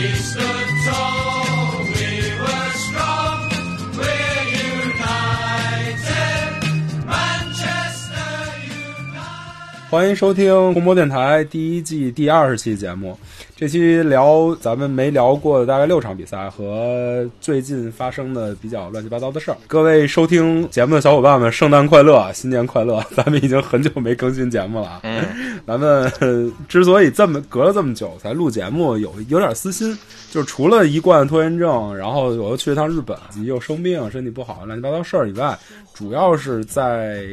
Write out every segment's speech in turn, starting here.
欢迎收听红魔电台第1季第20期节目。这期聊咱们没聊过的大概6场比赛和最近发生的比较乱七八糟的事儿。各位收听节目的小伙伴们，圣诞快乐，新年快乐！咱们已经很久没更新节目了。咱们之所以隔了这么久才录节目，有点私心，就是除了一贯拖延症，然后我又去了趟日本，又生病，身体不好，乱七八糟事儿以外，主要是在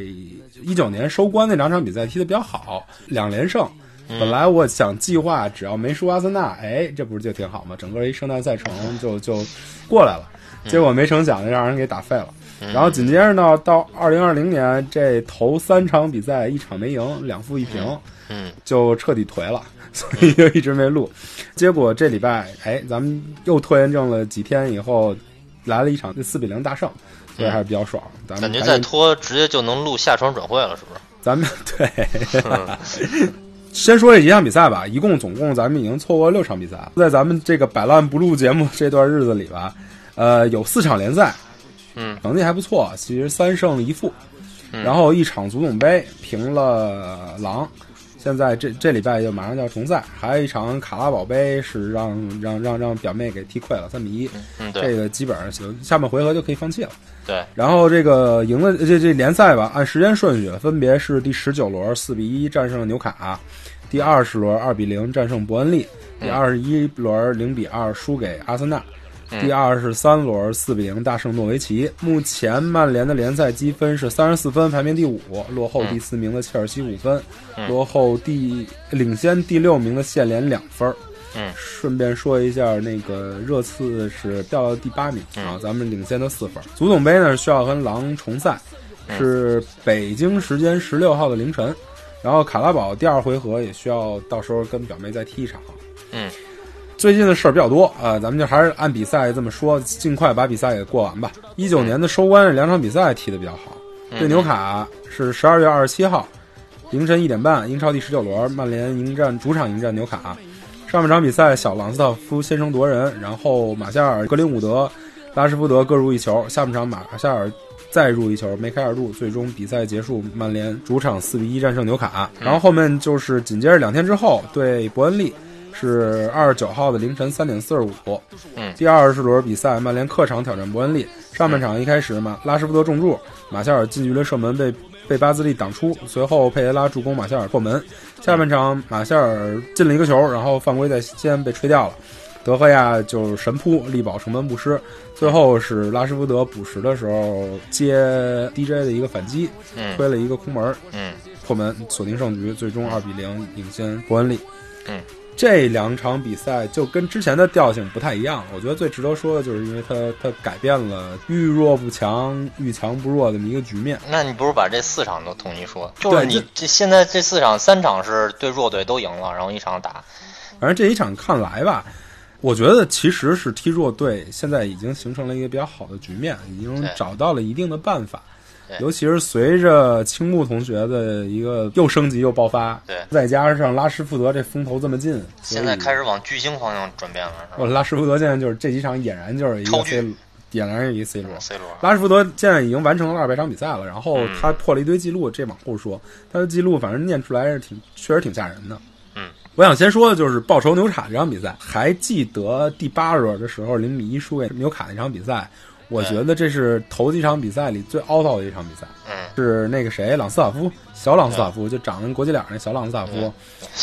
19年收官那2场比赛踢得比较好，2连胜。本来我想计划只要没输阿森纳，这不是就挺好吗？整个一圣诞赛程就过来了，结果没成想让人给打废了。然后紧接着呢，到2020年这头3场比赛1场没赢，2负1平，就彻底颓了，所以就一直没录。结果这礼拜咱们又拖延症了几天以后，来了一场4比0大胜，所以还是比较爽。咱们感觉再拖直接就能录下床转会了，是不是？ 咱们对。先说这几场比赛吧，总共咱们已经错过6场比赛了。在咱们这个摆烂不录节目这段日子里吧，有4场联赛，成绩还不错，其实3胜1负，然后1场足总杯平了狼，现在这礼拜就马上就要重赛，还有1场卡拉宝杯是让表妹给踢溃了3比1，这个基本上下半回合就可以放弃了。 对，然后这个赢了这联赛吧，按时间顺序分别是第19轮4比1战胜纽卡，第20轮2比0战胜伯恩利，第21轮0比2输给阿森纳，第23轮4比0大胜诺维奇。目前曼联的联赛积分是34分，排名第5，落后第4名的切尔西5分，落后领先第6名的谢联2分。顺便说一下，那个热刺是掉到第8名啊，咱们领先的4分。足总杯呢需要跟狼重赛，是北京时间16号的凌晨，然后卡拉宝第2回合也需要到时候跟表妹再踢一场。最近的事儿比较多啊，咱们就还是按比赛这么说，尽快把比赛给过完吧。19年的收官2场比赛踢得比较好，对纽卡是12月27号凌晨1点半，英超第19轮，曼联主场迎战纽卡。上半场比赛，小朗斯塔夫先声夺人，然后马夏尔、格林伍德、拉什福德各入1球。下半场马夏尔再入1球，梅开2度，最终比赛结束，曼联主场4比1战胜纽卡。然后后面就是紧接着2天之后对伯恩利，是29号的凌晨3点45。第20轮比赛，曼联客场挑战伯恩利。上半场一开始拉什福德中柱，马夏尔近距离射门被巴兹利挡出，随后佩雷拉助攻马夏尔破门。下半场马夏尔进了1个球，然后犯规在先被吹掉了，德赫亚就神扑力保城门不失，最后是拉什福德补时的时候接 DJ 的一个反击，推了一个空门，破门锁定胜局，最终2比0领先伯恩利。这2场比赛就跟之前的调性不太一样，我觉得最值得说的就是因为它改变了遇弱不强遇强不弱的这么一个局面。 那你不如把这4场都统一说，就是你现在这4场3场是对弱队都赢了，然后1场打。 反正这一场看来吧，我觉得其实是踢弱队现在已经形成了一个比较好的局面，已经找到了一定的办法。尤其是随着青木同学的一个又升级又爆发，再加上拉什福德这风头这么近， 现在开始往巨星方向转变了，是吧？ 拉什福德现在就是这几场俨然就是一个 C 罗。拉什福德现在已经完成了200场比赛了，然后他破了一堆记录，这往后说，他的记录反正念出来是确实挺吓人的。我想先说的就是报仇纽卡这场比赛，还记得第8轮的时候0比1输给纽卡那场比赛。我觉得这是头几场比赛里最凹套的一场比赛，是那个谁，朗斯塔夫，小朗斯塔夫，就长得国际脸那小朗斯塔夫，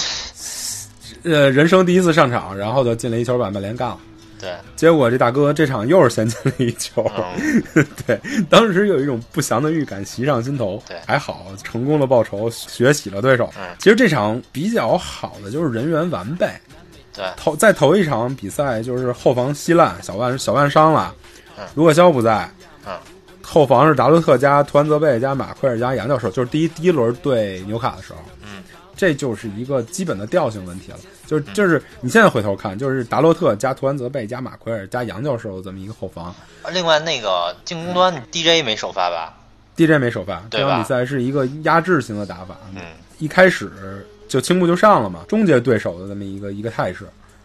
人生第一次上场，然后就进了1球把曼联干了。 对， 结果这大哥这场又是先进了1球，对，当时有一种不祥的预感袭上心头，还好成功的报仇，血洗了对手。其实这场比较好的就是人员完备，在头一场比赛就是后防稀烂，小万伤了。卢克肖不在，后防是达洛特加图安泽贝加马奎尔加杨教授，就是第一轮对纽卡的时候，这就是一个基本的调性问题了。就是你现在回头看，就是达洛特加图安泽贝加马奎尔加杨教授这么一个后防。 另外那个进攻端 DJ 没首发吧 ？DJ 没首发，这场比赛是一个压制型的打法。一开始就青木就上了嘛，终结对手的这么一个态势。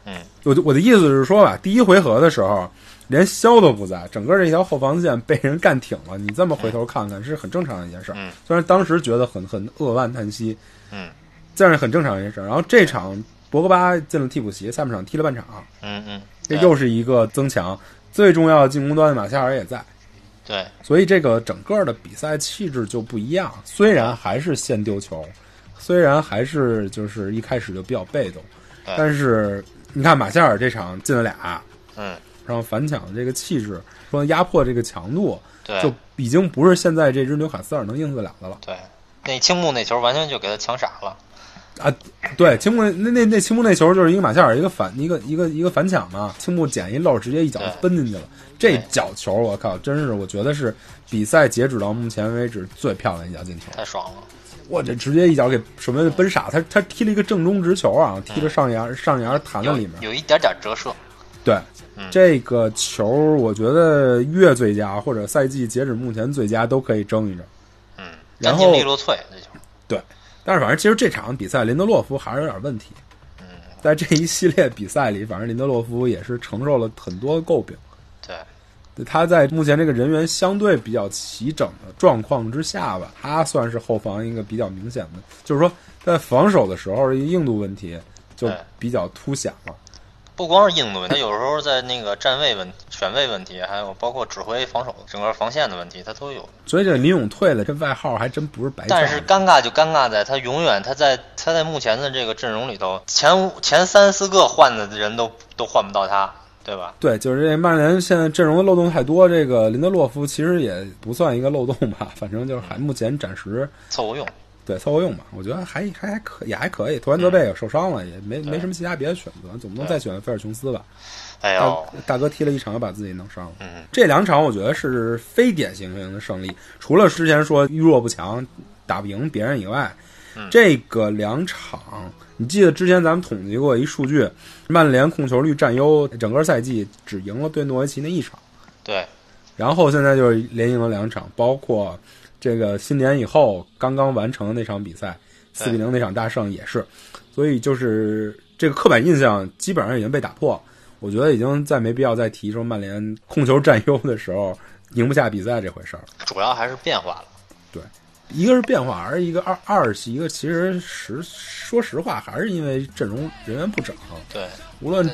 我的意思是说吧，第一回合的时候连肖都不在，整个这条后防线被人干挺了，你这么回头看看是很正常的一件事。虽然当时觉得很扼腕叹息，这样很正常的一件事。然后这场博格巴进了替补席，下半场踢了半场，这又是一个增强。最重要的进攻端的马夏尔也在， 对， 所以这个整个的比赛气质就不一样。虽然还是先丢球，虽然还是就是一开始就比较被动，但是你看马夏尔这场进了俩，然后反抢的这个气质，说压迫这个强度，就已经不是现在这支纽卡斯尔能应付得了的了。 对，那青木那球完全就给他抢傻了。 对，青木那青木那球就是一个马夏尔一个反抢嘛，青木捡一漏，直接一脚奔进去了。这脚球我靠，真是我觉得是比赛截止到目前为止最漂亮一脚进球， 太爽了！ 我这直接一脚给什么奔傻，他踢了一个正中直球啊，踢了上沿弹在里面， 有一点点折射。 对，这个球我觉得月最佳或者赛季截止目前最佳都可以争一争。 干净利落脆这球。 对。但是反正其实这场比赛林德洛夫还是有点问题，在这一系列比赛里，反正林德洛夫也是承受了很多诟病。对，他在目前这个人员相对比较齐整的状况之下吧，他算是后防一个比较明显的，就是说在防守的时候硬度问题就比较凸显了。 不光是硬度问题，他有时候在那个站位选位问题，还有包括指挥防守整个防线的问题，他都有。 所以这林勇退了，这外号还真不是白叫。 但是尴尬就尴尬在他永远他在目前的这个阵容里头，前3-4个换的人都换不到他，对吧？ 对，就是这曼联现在阵容的漏洞太多，这个林德洛夫其实也不算一个漏洞吧，反正就是目前暂时凑合用。 对，凑合用吧，我觉得还可以，也还可以。图兰德贝也受伤了，也没什么其他别的选择，总不能再选菲尔琼斯吧？ 哎呦， 大哥踢了一场就把自己弄伤了。这2场我觉得是非典型性的胜利，除了之前说弱不强打不赢别人以外，这个2场你记得之前咱们统计过一数据，曼联控球率占优，整个赛季只赢了对诺维奇那1场。 对， 然后现在就是连赢了2场，包括这个新年以后刚刚完成的那场比赛4-0那场大胜也是，所以就是这个刻板印象基本上已经被打破，我觉得已经再没必要再提说曼联控球占优的时候赢不下比赛这回事儿， 主要还是变化了。 对，一个是变化，而一个二是一个其实说实话还是因为阵容人员不整。 对， 无论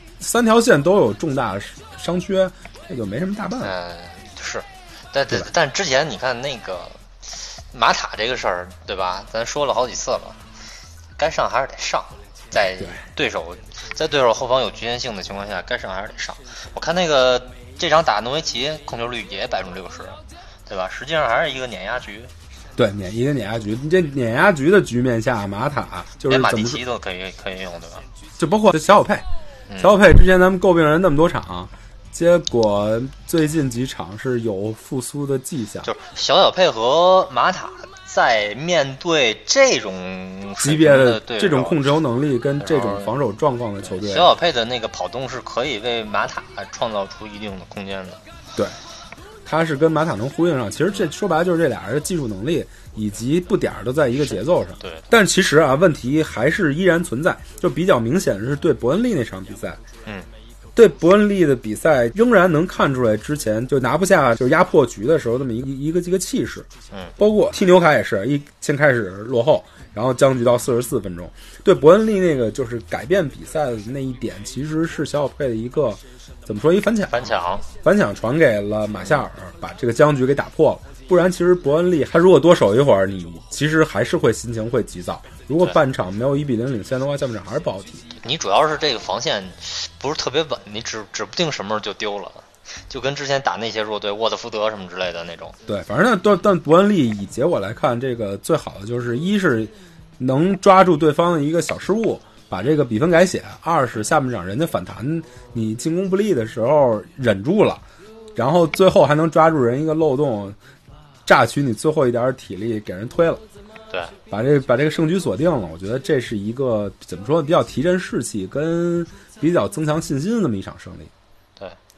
3条线都有重大伤缺，这就没什么大办法。 是。但之前你看那个马塔这个事儿，对吧？咱说了好几次了，该上还是得上，在对手后方有局限性的情况下，该上还是得上。我看那个这场打诺维奇控球率也60%，对吧？实际上还是一个碾压局。 对，一个碾压局。这碾压局的局面下，马塔就是连马蒂奇都可以用，对吧？ 就包括小佩之前咱们诟病人那么多场。结果最近几场是有复苏的迹象， 就是小佩和马塔在面对这种级别的这种控球能力跟这种防守状况的球队， 小佩的那个跑动是可以为马塔创造出一定的空间的。 对，他是跟马塔能呼应上。其实这说白了就是这俩人的技术能力以及不点都在一个节奏上。 对， 但其实问题还是依然存在，就比较明显的是对伯恩利那场比赛。对伯恩利的比赛仍然能看出来之前就拿不下就是压迫局的时候那么一个气势。包括踢纽卡也是先开始落后，然后僵局到44分钟。对伯恩利那个就是改变比赛的那一点，其实是小佩的一个怎么说一反抢传给了马夏尔，把这个僵局给打破了。不然其实伯恩利他如果多守一会儿，你其实还是会心情会急躁。如果半场没有1-0领先的话，下半场还是不好踢。 你主要是这个防线不是特别稳，你指不定什么时候就丢了，就跟之前打那些弱队沃特福德什么之类的那种。 对，反正但伯恩利以结果来看，这个最好的就是一是能抓住对方的一个小失误，把这个比分改写；二是下半场人家反弹，你进攻不利的时候忍住了，然后最后还能抓住人一个漏洞，榨取你最后一点体力给人推了。 对， 把这个胜局锁定了，我觉得这是一个怎么说呢，比较提振士气跟比较增强信心的这么一场胜利。 对，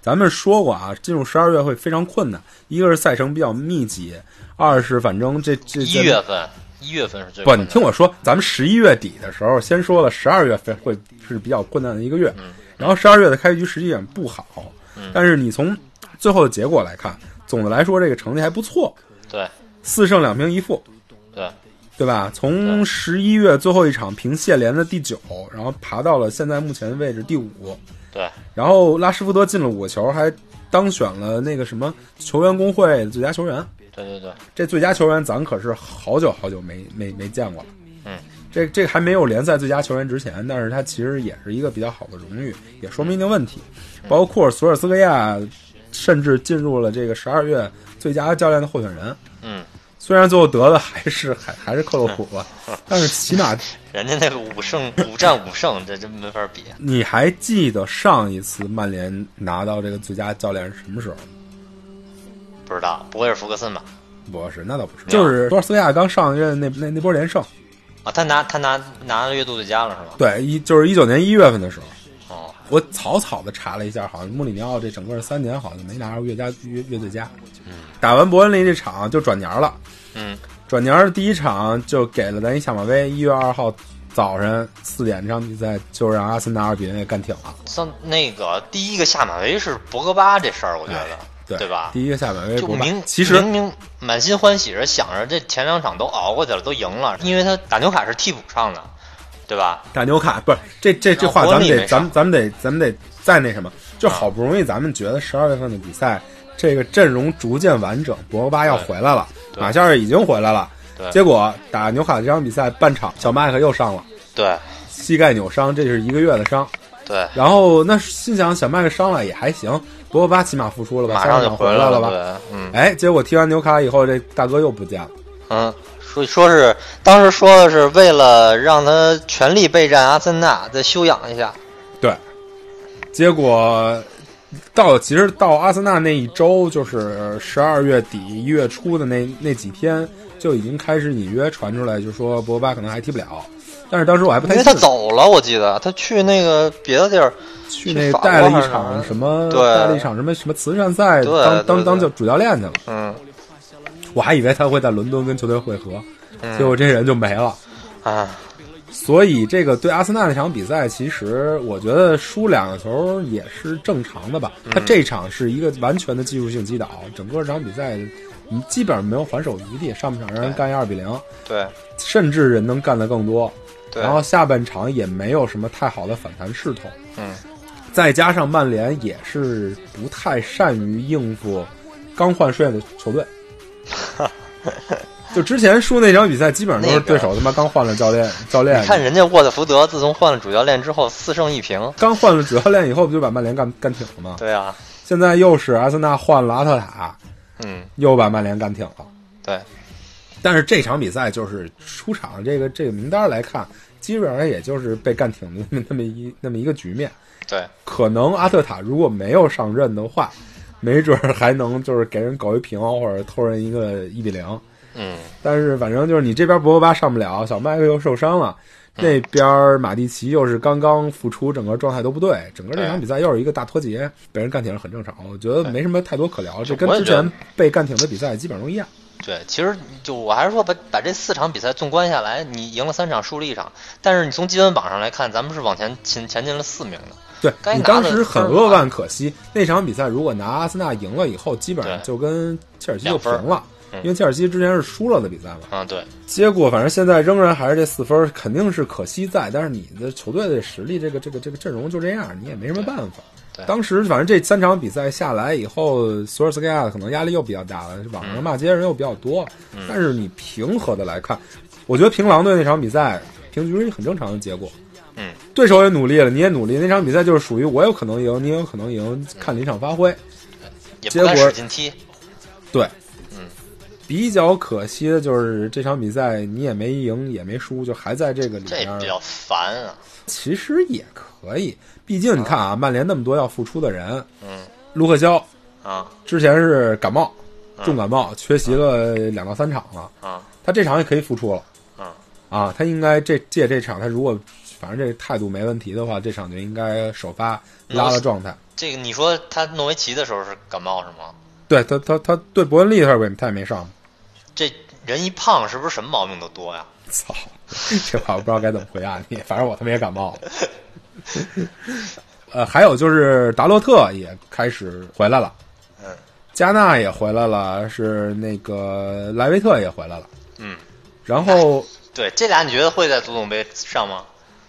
咱们说过啊，进入12月会非常困难，一个是赛程比较密集，二是反正这 1月份是最不，你听我说，咱们11月底的时候先说了12月份会是比较困难的一个月，然后12月的开局实际上不好，但是你从最后的结果来看，总的来说这个成绩还不错， 对 ，4胜2平1负，对吧？从11月最后一场平谢联的第9，然后爬到了现在目前位置第5， 对， 然后拉什福德进了5个球，还当选了那个什么球员工会最佳球员。 对， 这最佳球员咱可是好久没见过了。这个还没有联赛最佳球员之前，但是他其实也是一个比较好的荣誉，也说明一定问题。包括索尔斯克亚甚至进入了这个12月最佳教练的候选人。虽然最后得的还是克洛普吧，但是起码人家那个5战5胜，这真没法比。 你还记得上一次曼联拿到这个最佳教练是什么时候？ 不知道，不会是福格森吧？ 不是，那倒不是，就是索尔斯克亚刚上任那波连胜啊，他拿了月度最佳了是吧？ 对，就是19年1月份的时候。 我草的查了一下，好像穆里尼奥这整个3年好像没拿着月最佳。打完伯恩利这场就转年了。转年第一场就给了咱一下马威，1月2号早晨4点这场比赛就让阿森纳2比0给干挺了。 像那个第一个下马威是博格巴这事儿，我觉得。对吧？ 第一个下马威就其实明明满心欢喜着想着这前2场都熬过去了，都赢了，因为他打纽卡是替补上的，对吧？ 打纽卡不是这话咱们得再那什么，就好不容易咱们觉得12月份的比赛这个阵容逐渐完整，博格巴要回来了，马夏尔已经回来了，结果打纽卡这场比赛半场小麦克又上了， 对， 膝盖扭伤，这是1个月的伤。 对， 然后那心想小麦克伤了也还行，博格巴起码复出了吧， 马上就回来了吧？ 对， 结果踢完纽卡以后，这大哥又不见了。 说是当时说的是为了让他全力备战阿森纳，再休养一下。 对，结果其实到阿森纳那一周，就是12月底1月初的那几天，就已经开始隐约传出来，就说博格巴可能还踢不了。但是当时我还不太信， 因为他走了，我记得他去那个别的地儿， 去那带了一场什么，带了一场什么慈善赛，当主教练去了。我还以为他会在伦敦跟球队会合，结果这人就没了啊。 所以这个对阿森纳那场比赛，其实我觉得输2个球也是正常的吧。他这场是一个完全的技术性击倒，整个这场比赛你基本上没有还手余地，上半场让人干2比0， 对， 甚至人能干得更多。然后下半场也没有什么太好的反弹势头，再加上曼联也是不太善于应付刚换帅的球队，就之前输那场比赛基本上都是对手他妈刚换了教练。 你看人家沃特福德自从换了主教练之后4胜1平， 刚换了主教练以后不就把曼联干挺了吗？ 对啊， 现在又是阿森纳换了阿特塔，又把曼联干挺了。 对。 但是这场比赛就是出场这个名单来看，基本上也就是被干挺的那么一个局面。 对， 可能阿特塔如果没有上任的话，没准还能就是给人搞一平或者偷人一个1比0。但是反正就是你这边博格巴上不了，小麦克又受伤了，那边马蒂奇又是刚刚复出，整个状态都不对，整个这场比赛又是一个大脱节，被人干挺很正常。我觉得没什么太多可聊，这跟之前被干挺的比赛基本上都一样。 对，其实就我还是说把这4场比赛纵观下来，你赢了3场，输了1场，但是你从积分榜上来看，咱们是往前进了4名的。 对，你当时很扼腕可惜，那场比赛如果拿阿森纳赢了以后，基本上就跟切尔西就平了，因为切尔西之前是输了的比赛嘛。 对。 结果反正现在仍然还是这4分，肯定是可惜在，但是你的球队的实力，这个阵容就这样，你也没什么办法。当时反正这3场比赛下来以后，索尔斯克亚可能压力又比较大了，网上骂街人又比较多。但是你平和的来看，我觉得平狼队那场比赛平局是很正常的结果。对手也努力了，你也努力，那场比赛就是属于我有可能赢，你有可能赢，看临场发挥。 也不敢使劲踢。 对。比较可惜的就是这场比赛你也没赢也没输，就还在这个里面， 这比较烦啊。 其实也可以，毕竟你看啊，曼联那么多要复出的人，卢克肖之前是感冒，重感冒，缺席了2到3场了，他这场也可以复出了，他应该这场他如果反正这态度没问题的话，这场就应该首发拉了状态。 这个你说他诺维奇的时候是感冒是吗？ 对他对伯恩利他也没上。 这人一胖是不是什么毛病都多呀？ 操，这话我不知道该怎么回答你，反正我他妈也感冒了。还有就是达洛特也开始回来了，加纳也回来了，是那个莱维特也回来了，然后对这俩你觉得会在足总杯上吗？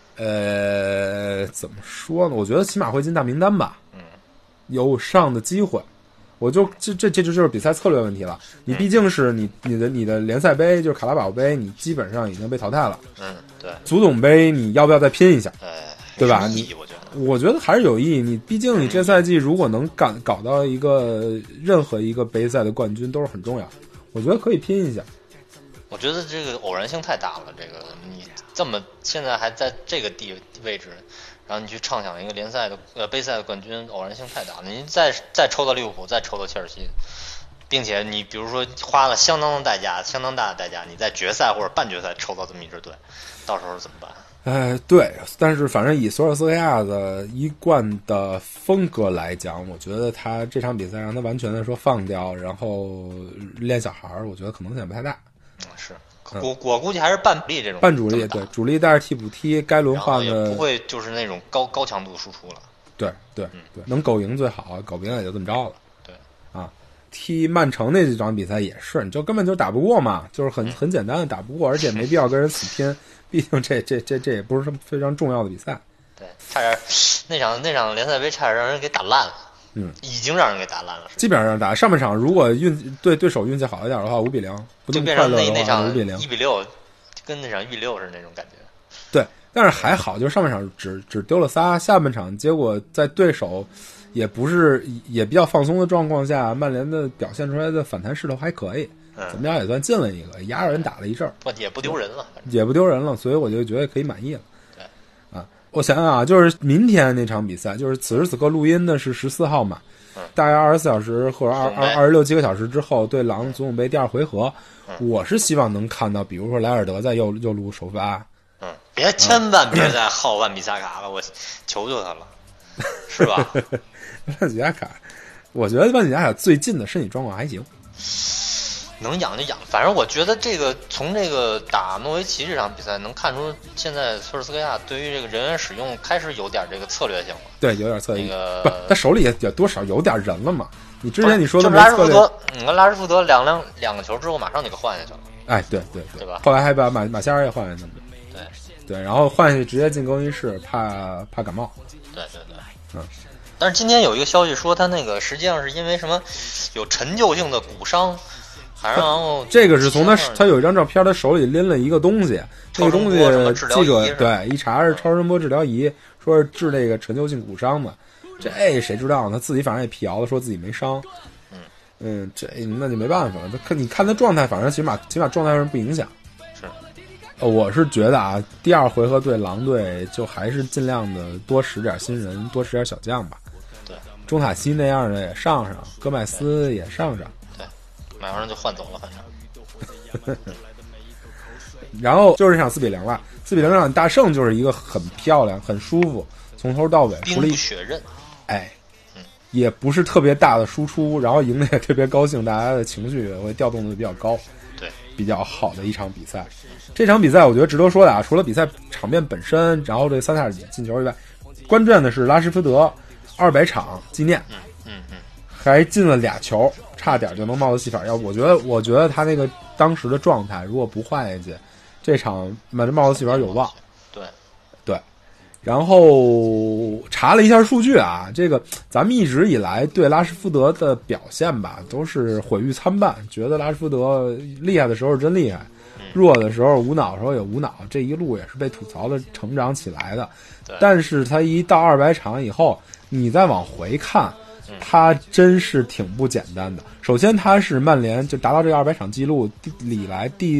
怎么说呢？我觉得起码会进大名单吧，有上的机会。我就这就是比赛策略问题了。你毕竟是你的联赛杯就是卡拉宝杯，你基本上已经被淘汰了。 对。 足总杯你要不要再拼一下？对吧？我觉得还是有意义。你毕竟你这赛季如果能搞到一个任何一个杯赛的冠军都是很重要。我觉得可以拼一下。 我觉得这个偶然性太大了。这个你这么现在还在这个位置。然后你去畅想一个联赛的杯赛的冠军，偶然性太大了。你再抽到利物浦，再抽到切尔西，并且你比如说花了相当大的代价，你在决赛或者半决赛抽到这么一支队，到时候怎么办？ 对，但是反正以索尔斯克亚的一贯的风格来讲，我觉得他这场比赛让他完全的说放掉，然后练小孩，我觉得可能性不太大。 是。我估计还是半主力这种， 半主力对主力带着替补踢，该轮换的也不会就是那种高强度的输出了。 对，能苟赢最好，苟不赢也就这么着了。 对啊，踢曼城那几场比赛也是，你就根本就打不过嘛，就是很简单的打不过，而且没必要跟人死拼，毕竟这也不是什么非常重要的比赛。 对，差点那场联赛杯差点让人给打烂了。已经让人给打烂了。 基本上打上半场，如果对手运气好一点的话，5-0，不那么快乐的话那场 5-0， 1-6，跟那场1-6是那种感觉。 对，但是还好，就是上半场只丢了仨，下半场结果在对手也比较放松的状况下，曼联的表现出来的反弹势头还可以，怎么着也算进了一个，压着人打了一阵， 也不丢人了， 所以我就觉得可以满意了。我想想啊，就是明天那场比赛，就是此时此刻录音的是14号嘛，大概24小时或者26几个小时之后，对狼足总杯第2回合，我是希望能看到，比如说莱尔德在右路首发。 千万别再耗万比萨卡了，我求求他了，是吧？ 万比萨卡，我觉得万比萨卡最近的身体状况还行。 能养就养，反正我觉得这个从这个打诺维奇这场比赛能看出，现在索尔斯克亚对于这个人员使用开始有点这个策略性了。 对，有点策略。 那个他手里也多少有点人了嘛。你之前你说的没策略，你跟拉什福德两个球之后马上就给换下去了。 哎，对吧？ 后来还把马夏尔也换下去了。对，然后换下去直接进更衣室，怕感冒。 对。但是今天有一个消息说他那个实际上是因为什么有陈旧性的骨伤。然后这个是从他有一张照片，他手里拎了一个东西，那个东西记者对一查是超声波治疗仪，说是治这个陈旧性骨伤的。这谁知道呢？他自己反正也辟谣了，说自己没伤。这那就没办法了。你看他状态，反正起码状态上不影响。 是， 我是觉得啊，第2回合对狼队就还是尽量的多使点新人，多使点小将吧。 对， 中塔西那样的也上，戈麦斯也上。 马上就换走了，反正。 然后就是这场4-0了，4-0这场大胜就是一个很漂亮、很舒服，从头到尾兵不血刃， 也不是特别大的输出，然后赢得也特别高兴，大家的情绪会调动的比较高， 对， 比较好的一场比赛。这场比赛我觉得值得说的啊，除了比赛场面本身，然后这3下进球以外，关键的是拉什福德200场纪念，还进了2球。差点就能冒着戏法，我觉得他那个当时的状态，如果不换下去，这场冒着戏法有望。对，然后查了一下数据啊，这个咱们一直以来对拉什福德的表现吧，都是毁誉参半，觉得拉什福德厉害的时候真厉害，弱的时候无脑的时候也无脑，这一路也是被吐槽的成长起来的。但是他一到200场以后，你再往回看。他真是挺不简单的。首先，他是曼联就达到这个200场记录以来第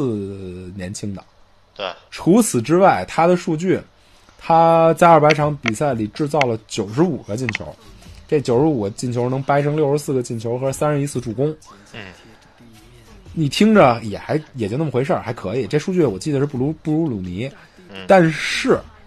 4年轻的。 对。 除此之外，他的数据，他在200场比赛里制造了95个进球，这95个进球能掰成64个进球和31次助攻。你听着也就那么回事儿，还可以。这数据我记得是不如鲁尼，但是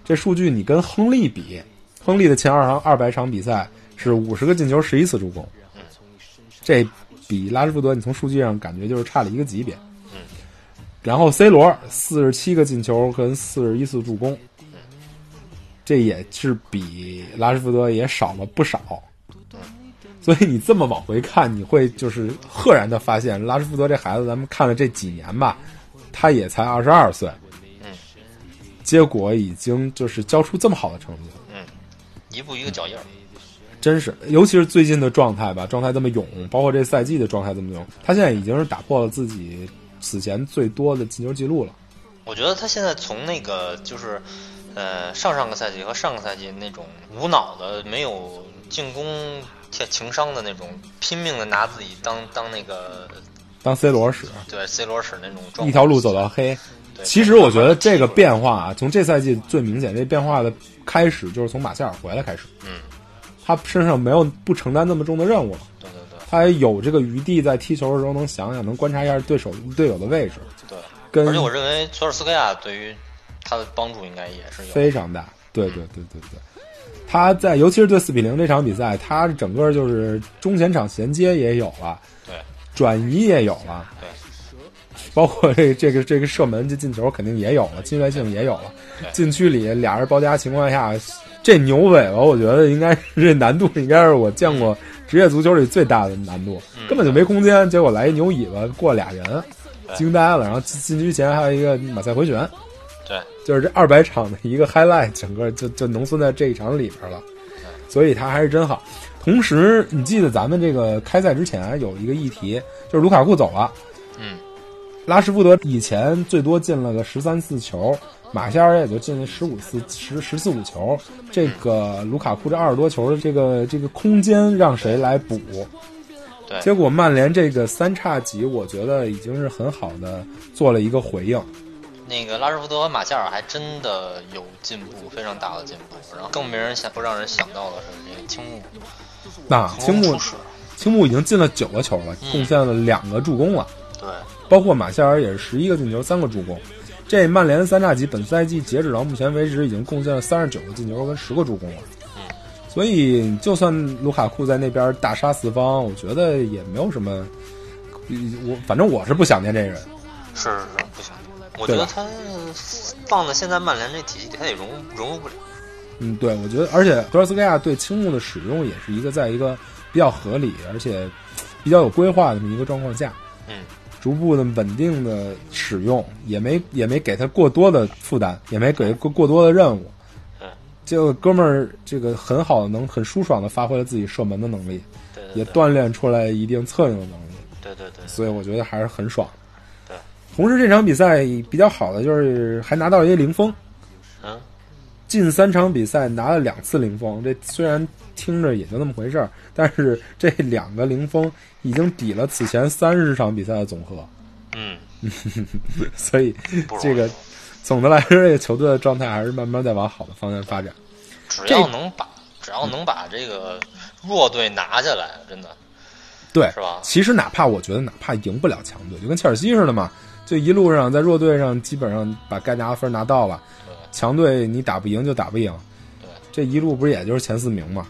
这数据你跟亨利比，亨利的前200场比赛是50个进球11次助攻，这比拉什福德你从数据上感觉就是差了一个级别。然后 C 罗47个进球跟41次助攻，这也是比拉什福德也少了不少。所以你这么往回看，你会就是赫然的发现，拉什福德这孩子，咱们看了这几年吧，他也才22岁，结果已经就是交出这么好的成绩了， 一步一个脚印儿， 真是，尤其是最近的状态吧，状态这么勇，包括这赛季的状态这么勇，他现在已经是打破了自己此前最多的进球记录了。 我觉得他现在从那个就是上个赛季和上个赛季那种无脑的没有进攻情商的那种拼命的拿自己当 C 罗使， 对 C 罗使那种状况， 一条路走到黑。其实我觉得这个变化啊，从这赛季最明显，这变化的开始就是从马夏尔回来开始。他身上没有不承担那么重的任务了。 对， 他有这个余地在踢球的时候能想想，能观察一下队友的位置。 对，而且我认为索尔斯克亚对于他的帮助应该也是有非常大。对。他在尤其是对4-0这场比赛，他整个就是中前场衔接也有了， 对， 转移也有了， 对， 包括这个射门这进球肯定也有了，侵略性也有了，禁区里俩人包夹情况下，这牛尾巴我觉得应该是这难度应该是我见过职业足球里最大的难度，根本就没空间，结果来一牛尾巴过俩人，惊呆了，然后禁区前还有一个马赛回旋。 对， 就是这200场的一个 highlight， 整个就浓缩在这一场里边了，所以他还是真好。同时，你记得咱们这个开赛之前有一个议题，就是卢卡库走了，拉什福德以前最多进了个13次球，马夏尔也就进了14-15球，这个卢卡库这20多球的这个空间让谁来补？ 对， 结果曼联这个3叉戟，我觉得已经是很好的做了一个回应。 那个拉什福德和马夏尔还真的有进步，非常大的进步。然后更不让人想到的是这个青木，青木已经进了9个球了，贡献了2个助攻了。 对， 包括马夏尔也是11个进球3个助攻。这曼联3叉戟本赛季截止到目前为止已经贡献了39个进球跟10个助攻了。所以就算卢卡库在那边大杀四方，我觉得也没有什么，反正我是不想念这人。 是不想念。我觉得他放在现在曼联这体系里，他也融入不了。 对，我觉得，而且多尔斯克亚对青木的使用也是在一个比较合理，而且比较有规划的这么一个状况下，逐步的稳定的使用，也没给他过多的负担，也没给过多的任务。这个哥们儿这个很好的能很舒爽的发挥了自己射门的能力，也锻炼出来一定策应的能力。 对， 所以我觉得还是很爽。同时这场比赛比较好的就是还拿到了一个零封，近3场比赛拿了2次零封，这虽然听着也就那么回事儿，但是这2个零封已经抵了此前30场比赛的总和。所以这个总的来说，这个球队的状态还是慢慢在往好的方向发展。 只要能把这个弱队拿下来，真的， 对， 是吧？ 其实我觉得哪怕赢不了强队，就跟切尔西似的嘛。就一路上在弱队上基本上把该拿的分拿到了，强队你打不赢就打不赢，这一路不是也就是前4名嘛？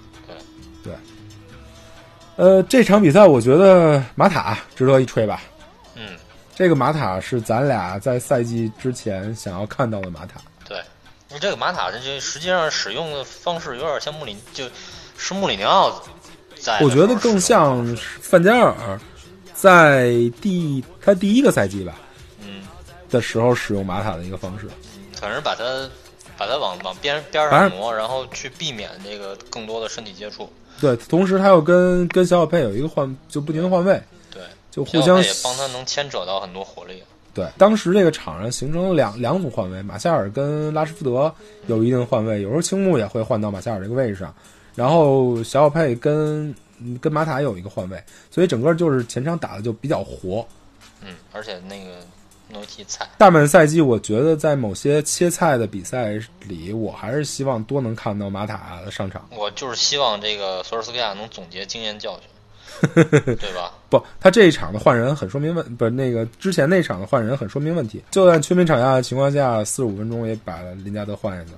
对。这场比赛我觉得马塔值得一吹吧。这个马塔是咱俩在赛季之前想要看到的马塔。 对，这个马塔这实际上使用的方式有点像穆里尼奥在， 我觉得更像范加尔在他第一个赛季吧。的时候使用马塔的一个方式， 可能是把它往边上挪，然后去避免这个更多的身体接触。 对，同时他又跟小佩有一个就不停的换位， 对， 就互相也帮他能牵扯到很多火力。 对，当时这个场上形成了两组换位，马夏尔跟拉什福德有一定换位，有时候青木也会换到马夏尔这个位置上，然后小佩跟马塔有一个换位，所以整个就是前场打的就比较活。 而且那个诺维奇菜。 大满赛季，我觉得在某些切菜的比赛里，我还是希望多能看到马塔的上场。 我就是希望这个索尔斯克亚能总结经验教训，对吧？ 不，他这一场的换人很说明那个之前那场的换人很说明问题。就在全民场下的情况下，45分钟也把林加德换下去了。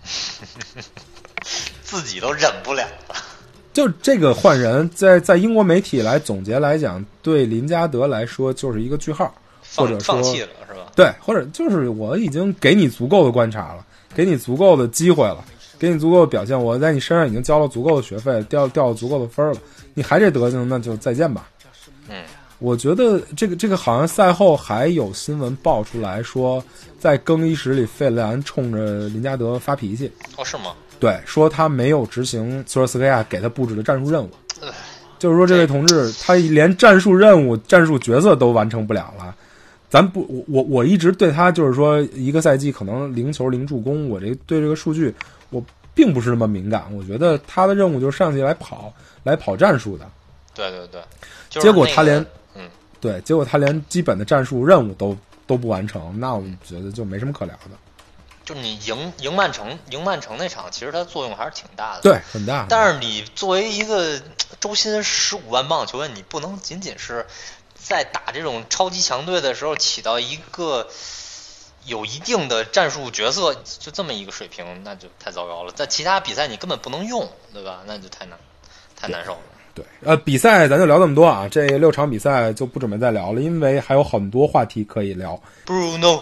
自己都忍不了了。 就这个换人，在英国媒体来总结来讲，对林加德来说就是一个句号，或者说放弃了是吧？ 对，或者就是我已经给你足够的观察了，给你足够的机会了，给你足够的表现，我在你身上已经交了足够的学费，掉了足够的分了，你还这德行，那就再见吧。我觉得这个好像赛后还有新闻爆出来说，在更衣室里费兰冲着林加德发脾气。 哦，是吗？ 对，说他没有执行索尔斯克亚给他布置的战术任务，就是说这位同志他连战术任务、战术角色都完成不了了。我一直对他就是说一个赛季可能0球0助攻，我对这个数据我并不是那么敏感。我觉得他的任务就是上去来跑战术的。 对对对， 结果他连对，结果他连基本的战术任务都不完成，那我觉得就没什么可聊的。 就是你赢曼城那场，其实它作用还是挺大的， 对，很大。 但是你作为一个周薪15万镑球员，你不能仅仅是在打这种超级强队的时候起到一个有一定的战术角色，就这么一个水平，那就太糟糕了。在其他比赛你根本不能用，对吧？那就太难受了。 对，比赛咱就聊这么多啊，这6场比赛就不准备再聊了，因为还有很多话题可以聊。 Bruno，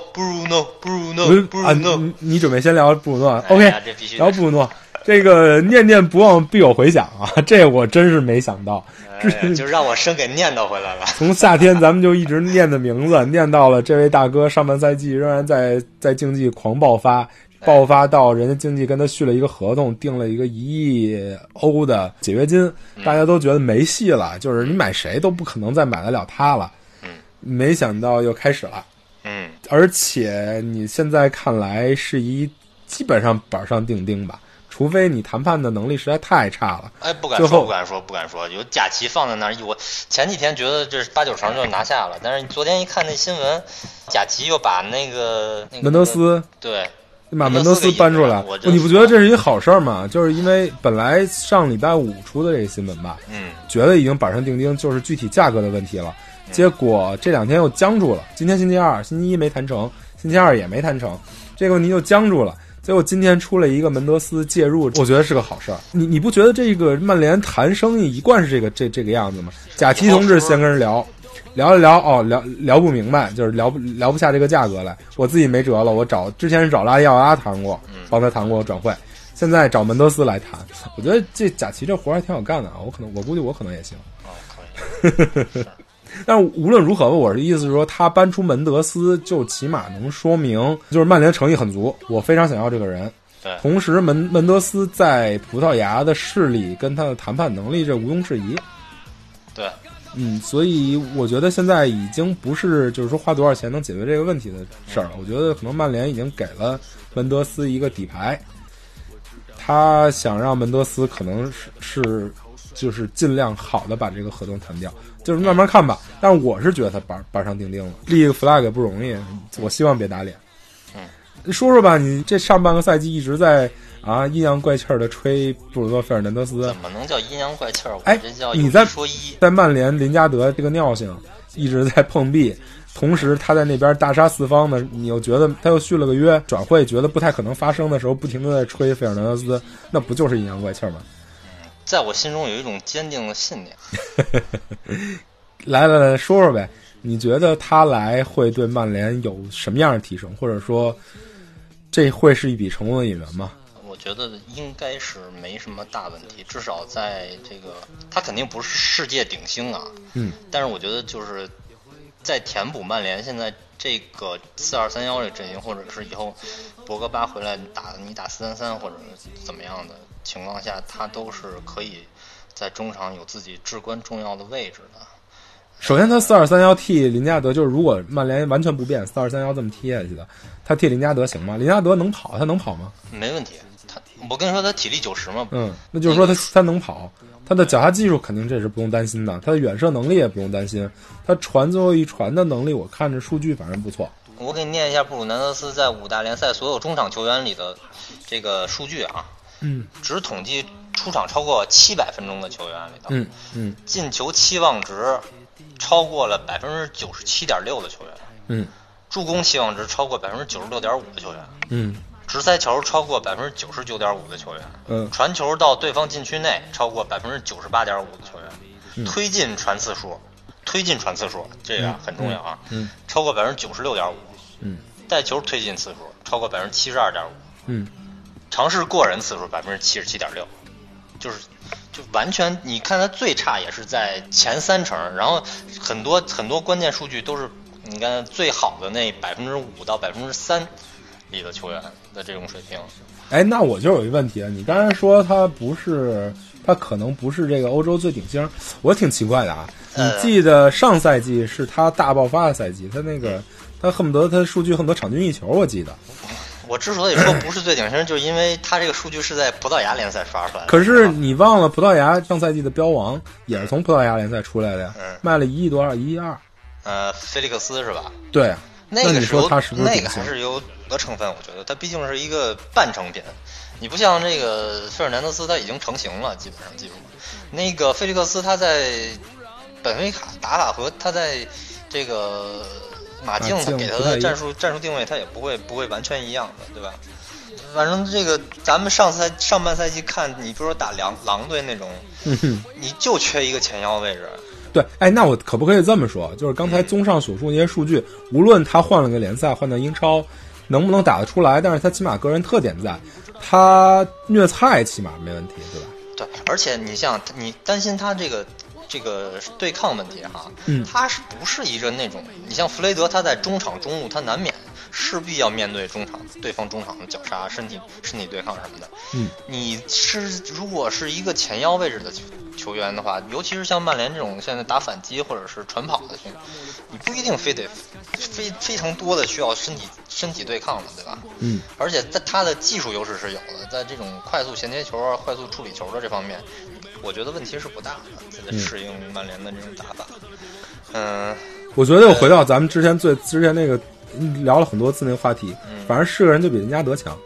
你准备先聊布鲁诺 ？OK， 聊布鲁诺。这个念念不忘必有回响啊，这我真是没想到， 就让我生给念叨回来了。 从夏天咱们就一直念的名字，念到了这位大哥上半赛季仍然在竞技狂爆发到人家经纪跟他续了一个合同，定了一个1亿欧的解约金，大家都觉得没戏了，就是你买谁都不可能再买得了他了。没想到又开始了。而且你现在看来是基本上板上钉钉吧，除非你谈判的能力实在太差了。 不敢说，有贾奇放在那儿，我前几天觉得这8、9成就拿下了，但是昨天一看那新闻，贾奇又把那个门德斯对。 把门德斯搬出来，你不觉得这是一好事吗？就是因为本来上礼拜5出的这个新闻吧，觉得已经板上钉钉，就是具体价格的问题了。结果这2天又僵住了，今天星期2，星期1没谈成，星期2也没谈成，这个问题就僵住了。结果今天出了一个门德斯介入，我觉得是个好事儿。你不觉得这个曼联谈生意一贯是这个样子吗？贾奇同志先跟人聊一聊，聊不明白，就是聊不下这个价格来。我自己没辙了，我之前是找拉迪奥拉谈过，帮他谈过转会，现在找门德斯来谈。我觉得这贾奇这活还挺好干的啊，我估计我可能也行。可以。但是无论如何，我的意思是说，他搬出门德斯，就起码能说明，就是曼联诚意很足，我非常想要这个人。 对， 同时门德斯在葡萄牙的势力跟他的谈判能力，这毋庸置疑。 对。 所以我觉得现在已经不是就是说花多少钱能解决这个问题的事儿了。我觉得可能曼联已经给了门德斯一个底牌，他想让门德斯可能是就是尽量好的把这个合同谈掉，就是慢慢看吧。但是我是觉得他板上钉钉了，立一个 flag 不容易，我希望别打脸。说说吧，你这上半个赛季一直在阴阳怪气的吹布鲁诺费尔南德斯， 怎么能叫阴阳怪气？这叫你在曼联林加德这个尿性一直在碰壁，同时他在那边大杀四方的，你又觉得他又续了个约，转会觉得不太可能发生的时候，不停的在吹费尔南德斯，那不就是阴阳怪气吗？ 在我心中有一种坚定的信念。 来说说呗，你觉得他来会对曼联有什么样的提升，或者说这会是一笔成功的引援吗？ 我觉得应该是没什么大问题，至少在这个他肯定不是世界顶星啊，但是我觉得就是在填补曼联现在这个4-2-3-1这阵营，或者是以后博格巴回来你打4-3-3或者怎么样的情况下，他都是可以在中场有自己至关重要的位置的。 首先他4-2-3-1替林加德，就是如果曼联完全不变4-2-3-1这么踢下去的，他替林加德行吗？林加德能跑，他能跑吗？ 没问题，我跟你说他体力90嘛。 那就是说他能跑，他的脚下技术肯定这是不用担心的，他的远射能力也不用担心，他传最后一传的能力我看着数据反正不错。 我给你念一下布鲁南德斯在5大联赛所有中场球员里的这个数据啊。只统计出场超过700分钟的球员里头，进球期望值超过了97.6%的球员，助攻期望值超过96.5%的球员， 直塞球超过99.5%的球员，传球到对方禁区内超过98.5%的球员，推进传次数这个很重要啊，超过96.5%，带球推进次数超过72.5%，尝试过人次数77.6%，就完全你看他最差也是在前3成，然后很多关键数据都是你看最好的那5%到3%里的球员的这种水平。 哎，那我就有一个问题了，你刚才说他可能不是这个欧洲最顶星，我挺奇怪的啊。你记得上赛季是他大爆发的赛季，他恨不得他数据恨不得场均1球，我记得。 我之所以说不是最顶星，就是因为他这个数据是在葡萄牙联赛刷出来的。 可是你忘了，葡萄牙上赛季的标王也是从葡萄牙联赛出来的呀，卖了1亿多少，1亿2。 菲利克斯是吧？ 对啊， 那个时候他是不是那个还是有的成分，我觉得他毕竟是一个半成品。你不像这个费尔南德斯，他已经成型了，基本上技术。那个菲利克斯他在本菲卡打法和他在这个马竞他给他的战术定位，他也不会完全一样的，对吧？反正这个咱们上半赛季看，你比如说打狼队那种，你就缺一个前腰位置。 对，哎，那我可不可以这么说？就是刚才综上所述那些数据，无论他换了个联赛，换到英超，能不能打得出来？但是他起码个人特点在，他虐菜起码没问题，对吧？ 对，而且你担心他这个对抗问题哈，他是不是一个那种？你像弗雷德，他在中场中路，他难免势必要面对对方中场的绞杀、身体对抗什么的。你如果是一个前腰位置的球员的话，尤其是像曼联这种现在打反击或者是传跑的球员，你不一定非得非常多的需要身体对抗的，对吧？而且在他的技术优势是有的，在这种快速衔接球啊、快速处理球的这方面，我觉得问题是不大的，在适应曼联的这种打法。 我觉得又回到咱们之前那个聊了很多次那个话题，反正是个人就比林加德强。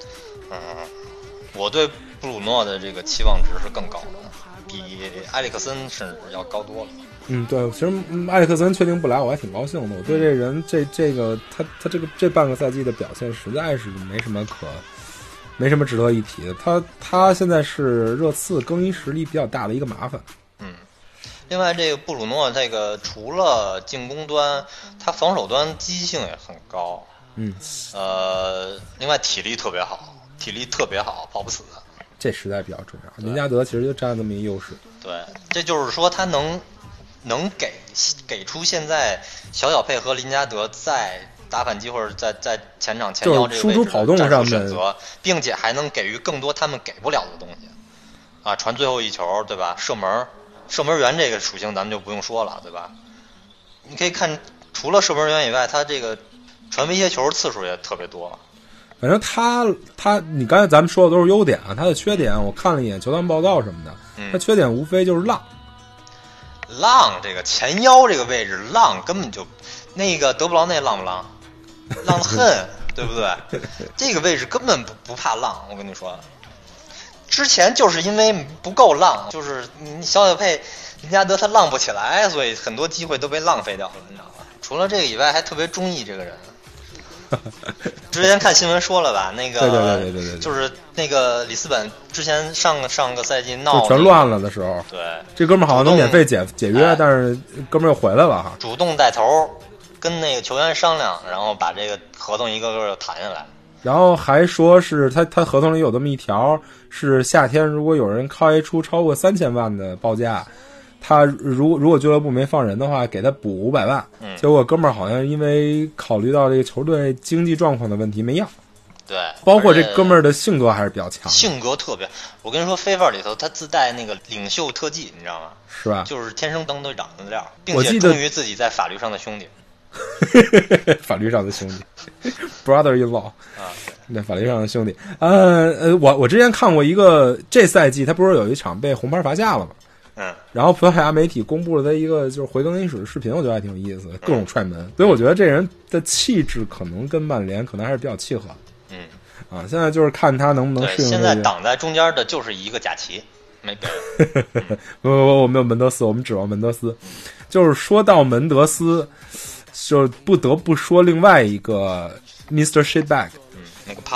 我对布鲁诺的这个期望值是更高的，比埃里克森甚至要高多了。 对，其实埃里克森确定不来，我还挺高兴的。我对这人这个他这半个赛季的表现实在是没什么值得一提的。他现在是热刺更衣实力比较大的一个麻烦。 另外，这个布鲁诺这个除了进攻端，他防守端积极性也很高。另外体力特别好，跑不死。 这实在比较重要。林加德其实就占了这么一优势。 对，这就是说他能给出现在小佩和林加德在打反击或者在前场前腰这个位置的战术选择，并且还能给予更多他们给不了的东西啊，传最后一球，对吧？射门员这个属性咱们就不用说了，对吧？你可以看，除了射门员以外，他这个传威胁球次数也特别多。 反正他，你刚才咱们说的都是优点啊，他的缺点我看了一眼球探报道什么的，他缺点无非就是浪这个前腰这个位置浪根本就那个德布劳内浪不浪得恨，对不对？这个位置根本不怕浪，我跟你说。之前就是因为不够浪，就是小佩、林加德他浪不起来，所以很多机会都被浪费掉了，你知道吗？除了这个以外，还特别中意这个人。之前看新闻说了吧，那个对， 就是那个里斯本之前上个赛季闹全乱了的时候， 对， 这哥们儿好像能免费解约，但是哥们儿又回来了哈。 主动带头跟那个球员商量，然后把这个合同一个个谈下来。 然后还说是他合同里有这么一条，是夏天如果有人开出超过3000万的报价，他如果俱乐部没放人的话，给他补500万。结果哥们儿好像因为考虑到这个球队经济状况的问题没要。 对， 包括这哥们儿的性格还是比较强， 性格特别。我跟你说，非法里头他自带那个领袖特技，你知道吗？ 是吧？ 就是天生当队长的料，并且忠于自己在法律上的兄弟。 法律上的兄弟，brother-in-law 啊，对，法律上的兄弟。我之前看过一个，这赛季他不是有一场被红牌罚下了吗？然后葡萄牙媒体公布了他一个就是回更衣室的视频，我觉得还挺有意思的，各种踹门。所以我觉得这人的气质可能跟曼联可能还是比较契合。现在就是看他能不能适应。 现在挡在中间的就是一个贾奇，没别人。我没有门德斯，我们指望门德斯。就是说到门德斯，就不得不说另外一个 Mr. Shitbag， 那个胖子。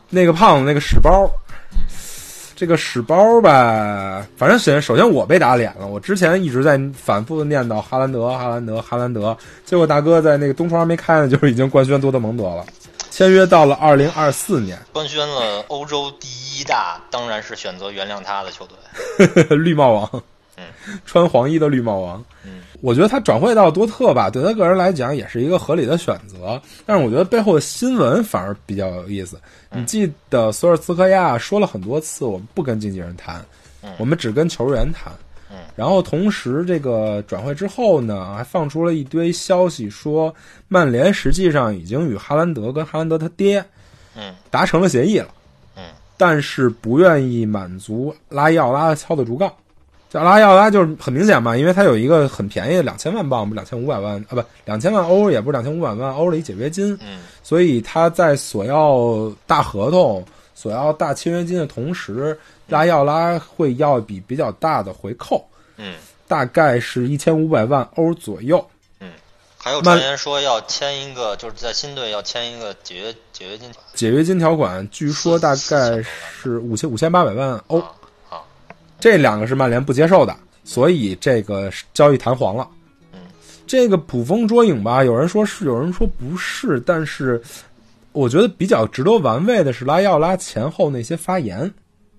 那个胖子那个屎包。这个屎包吧，反正首先我被打脸了。我之前一直在反复的念叨哈兰德，结果大哥在那个东窗还没开呢，就是已经官宣多特蒙德了。签约到了2024年， 官宣了欧洲第一大，当然是选择原谅他的球队， 绿帽王，穿黄衣的绿帽王。我觉得他转会到多特吧，对他个人来讲也是一个合理的选择，但是我觉得背后的新闻反而比较有意思。你记得索尔斯克亚说了很多次，我们不跟经纪人谈，我们只跟球员谈。然后同时这个转会之后呢，还放出了一堆消息说曼联实际上已经与哈兰德跟哈兰德他爹达成了协议了，但是不愿意满足拉伊奥拉敲的竹杠。这拉伊奥拉就是很明显嘛，因为他有一个很便宜的2000万镑，不2500万啊，不2000万欧，也不是2500万欧的一解约金，所以他在索要大合同、索要大签约金的同时，拉伊奥拉会要一笔比较大的回扣，大概是1500万欧左右。 还有传言说要签一个，就是在新队要签一个解约金。 解约金条款据说大概是5800万欧。这两个是曼联不接受的，所以这个交易弹簧了。这个捕风捉影吧，有人说是，有人说不是，但是我觉得比较值得玩味的是拉伊奥拉前后那些发言，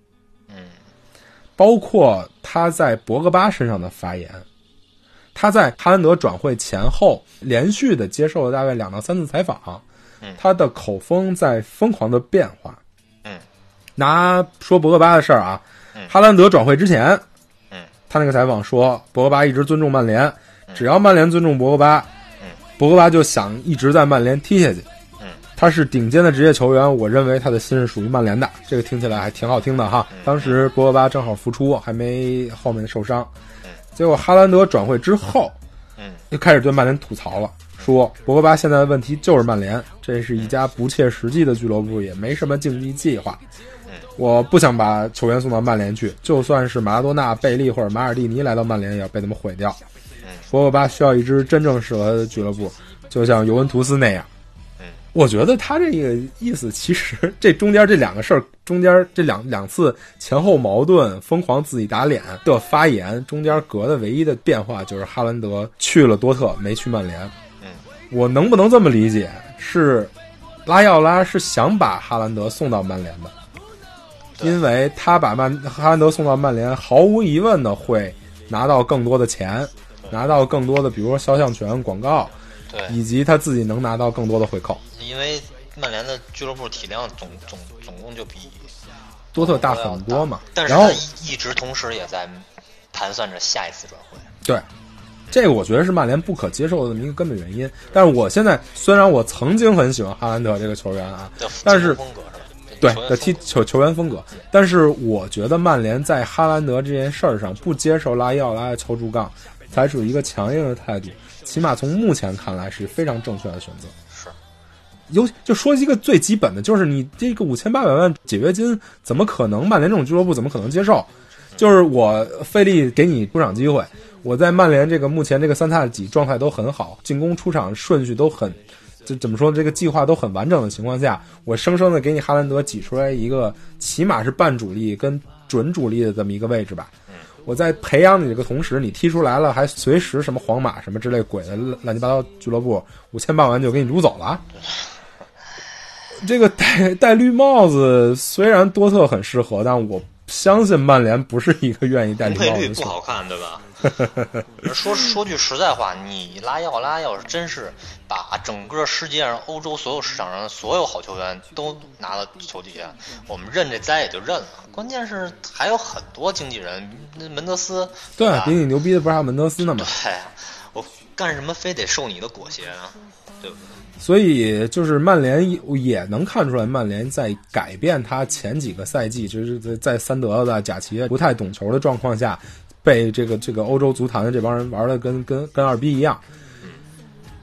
包括他在博格巴身上的发言。他在哈兰德转会前后连续的接受了大概2到3次采访，他的口风在疯狂的变化。拿说博格巴的事儿啊，哈兰德转会之前，他那个采访说博格巴一直尊重曼联，只要曼联尊重博格巴，博格巴就想一直在曼联踢下去。他是顶尖的职业球员，我认为他的心是属于曼联的。这个听起来还挺好听的哈。当时博格巴正好复出，还没后面受伤。结果哈兰德转会之后，就开始对曼联吐槽了，说博格巴现在的问题就是曼联，这是一家不切实际的俱乐部，也没什么竞技计划。我不想把球员送到曼联去，就算是马拉多纳、贝利或者马尔蒂尼来到曼联，也要被他们毁掉。博格巴需要一支真正适合的俱乐部，就像尤文图斯那样。我觉得他这个意思，其实这中间这两个事儿，中间这两次前后矛盾、疯狂自己打脸的发言，中间隔的唯一的变化就是哈兰德去了多特，没去曼联。我能不能这么理解？是拉伊奥拉是想把哈兰德送到曼联的，因为他把哈兰德送到曼联，毫无疑问的会拿到更多的钱，拿到更多的，比如说肖像权、广告，以及他自己能拿到更多的回扣。 因为曼联的俱乐部体量总共就比多特大很多嘛， 但是他一直同时也在盘算着下一次转会。 对，这个我觉得是曼联不可接受的一个根本原因。但是我现在虽然我曾经很喜欢哈兰德这个球员啊，但是风格是吧？ 对的踢球员风格，但是我觉得曼联在哈兰德这件事儿上不接受拉伊奥拉的敲竹杠，采取一个强硬的态度，起码从目前看来是非常正确的选择。就说一个最基本的，就是你这个5800万解约金，怎么可能曼联这种俱乐部怎么可能接受？就是我费力给你出场机会，我在曼联这个目前这个三叉戟状态都很好，进攻出场顺序都很，就怎么说，这个计划都很完整的情况下，我生生的给你哈兰德挤出来一个起码是半主力跟准主力的这么一个位置吧。我在培养你这个同时，你踢出来了，还随时什么皇马什么之类鬼的乱七八糟俱乐部5000万就给你撸走了。这个戴绿帽子虽然多特很适合，但我相信曼联不是一个愿意戴绿帽子的。 配率不好看，对吧？说句实在话，你拉伊奥拉要是真是把整个世界上欧洲所有市场上的所有好球员都拿到球底下，我们认这灾也就认了。关键是还有很多经纪人，门德斯对比你牛逼的不是还有门德斯呢吗？ 对，我干什么非得受你的裹挟啊？对不对？ 所以就是曼联也能看出来，曼联在改变他前几个赛季，就是在三德的贾奇不太懂球的状况下，被这个欧洲足坛的这帮人玩的跟二逼一样。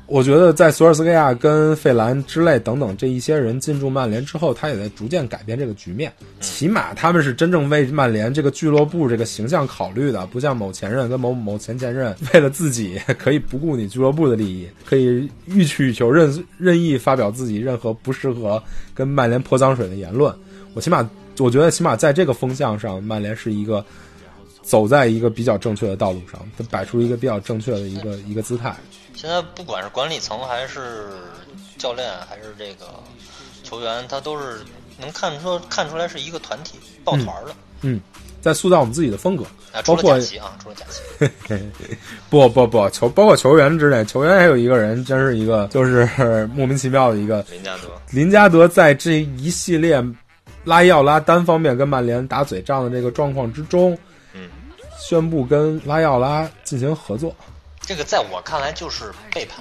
我觉得在索尔斯克亚跟费兰之类等等这一些人进驻曼联之后，他也在逐渐改变这个局面。起码他们是真正为曼联这个俱乐部这个形象考虑的，不像某前任跟某前任为了自己可以不顾你俱乐部的利益，可以欲取欲求，任意发表自己任何不适合跟曼联泼脏水的言论。我觉得起码在这个风向上，曼联是一个走在一个比较正确的道路上，他摆出一个比较正确的一个姿态。 现在不管是管理层还是教练还是这个球员，他都是能看出来是一个团体抱团的。 在塑造我们自己的风格， 除了贾奇啊，除了贾奇。 不，包括球员之内，球员还有一个人真是一个就是莫名其妙的一个林加德，在这一系列拉伊奥拉单方面跟曼联打嘴仗的这个状况之中，宣布跟拉伊奥拉进行合作。 这个在我看来就是背叛。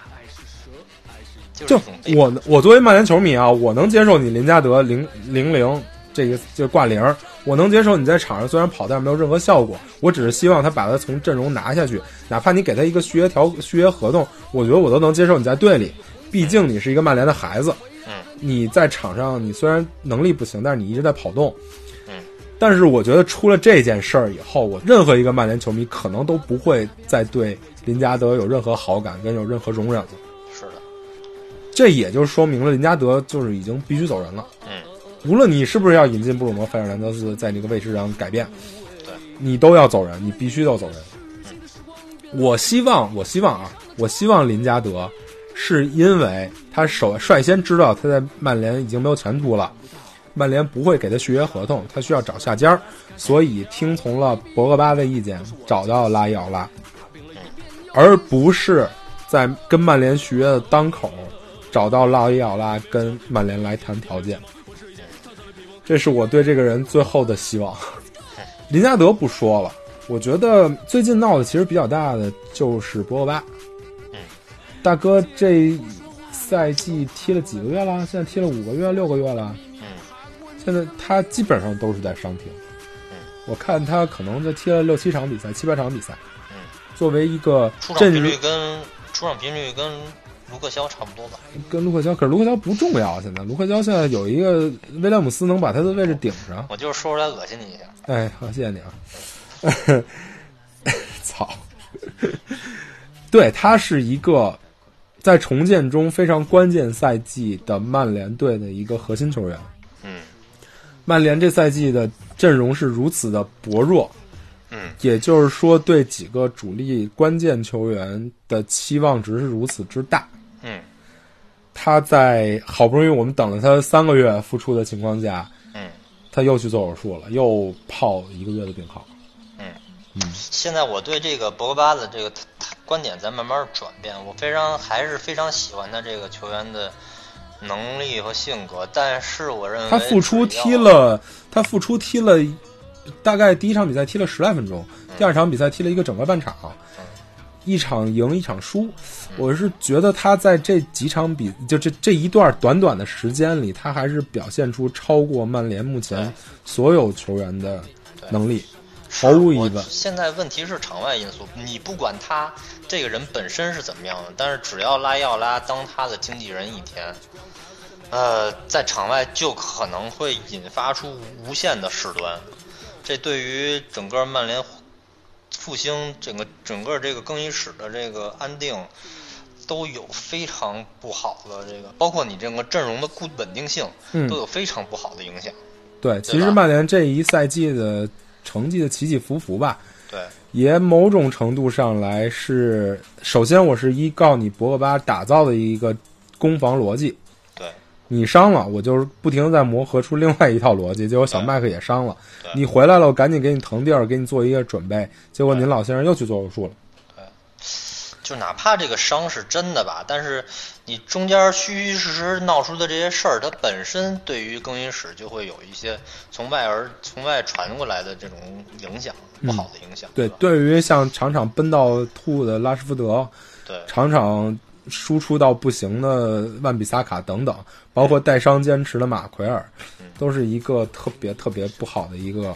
我作为曼联球迷啊，我能接受你林加德0-0这个就挂0，我能接受你在场上虽然跑但没有任何效果，我只是希望他把他从阵容拿下去，哪怕你给他一个续约合同，我觉得我都能接受你在队里，毕竟你是一个曼联的孩子。你在场上你虽然能力不行，但是你一直在跑动。但是我觉得出了这件事儿以后，我任何一个曼联球迷可能都不会再对林加德有任何好感跟有任何容忍了。 是的， 这也就说明了林加德就是已经必须走人了。无论你是不是要引进布鲁诺·费尔南德斯在这个位置上改变，你都要走人，你必须都走人。我希望林加德是因为他率先知道他在曼联已经没有前途了，曼联不会给他续约合同，他需要找下家，所以听从了博格巴的意见，找到拉伊奥拉，而不是在跟曼联续约的当口找到拉伊奥拉跟曼联来谈条件。这是我对这个人最后的希望。林加德不说了，我觉得最近闹的其实比较大的就是博格巴。大哥这赛季踢了几个月了？现在踢了5个月、6个月了。现在他基本上都是在伤停。我看他可能就踢了6-7场比赛、7-8场比赛。作为一个出场频率跟卢克肖差不多吧， 跟卢克肖，可是卢克肖不重要。现在卢克肖现在有一个威廉姆斯能把他的位置顶上。 我就是说出来恶心你一下。 哎，好，谢谢你啊。操！对，他是一个在重建中非常关键赛季的曼联队的一个核心球员。曼联这赛季的阵容是如此的薄弱。也就是说对几个主力关键球员的期望值是如此之大。他在好不容易我们等了他3个月复出的情况下，他又去做手术了，又泡1个月的病号。 现在我对这个博格巴的这个观点在慢慢转变，我还是非常喜欢他这个球员的能力和性格，但是我认为他复出踢了大概第一场比赛踢了10来分钟，第二场比赛踢了一个整个半场，一场赢一场输。我是觉得他在这几场就这一段短短的时间里，他还是表现出超过曼联目前所有球员的能力，毫无疑问。 现在问题是场外因素，你不管他这个人本身是怎么样的，但是只要拉伊奥拉当他的经纪人一天，在场外就可能会引发出无限的事端。这对于整个曼联复兴整个这个更衣室的这个安定都有非常不好的这个，包括你这个阵容的稳定性都有非常不好的影响。 对，其实曼联这一赛季的成绩的起起伏伏吧， 对， 也某种程度上来是，首先我是依靠你博格巴打造的一个攻防逻辑。你伤了，我就是不停地在磨合出另外一套逻辑。结果小麦克也伤了，你回来了，我赶紧给你腾地儿，给你做一个准备。结果您老先生又去做手术了。 对，就哪怕这个伤是真的吧，但是你中间虚虚实实闹出的这些事儿，它本身对于更衣室就会有一些从外传过来的这种影响，不好的影响。 对，对于像场场奔到吐的拉什福德， 对， 场场输出到不行的万比萨卡等等，包括带伤坚持的马奎尔，都是一个特别特别不好的一个。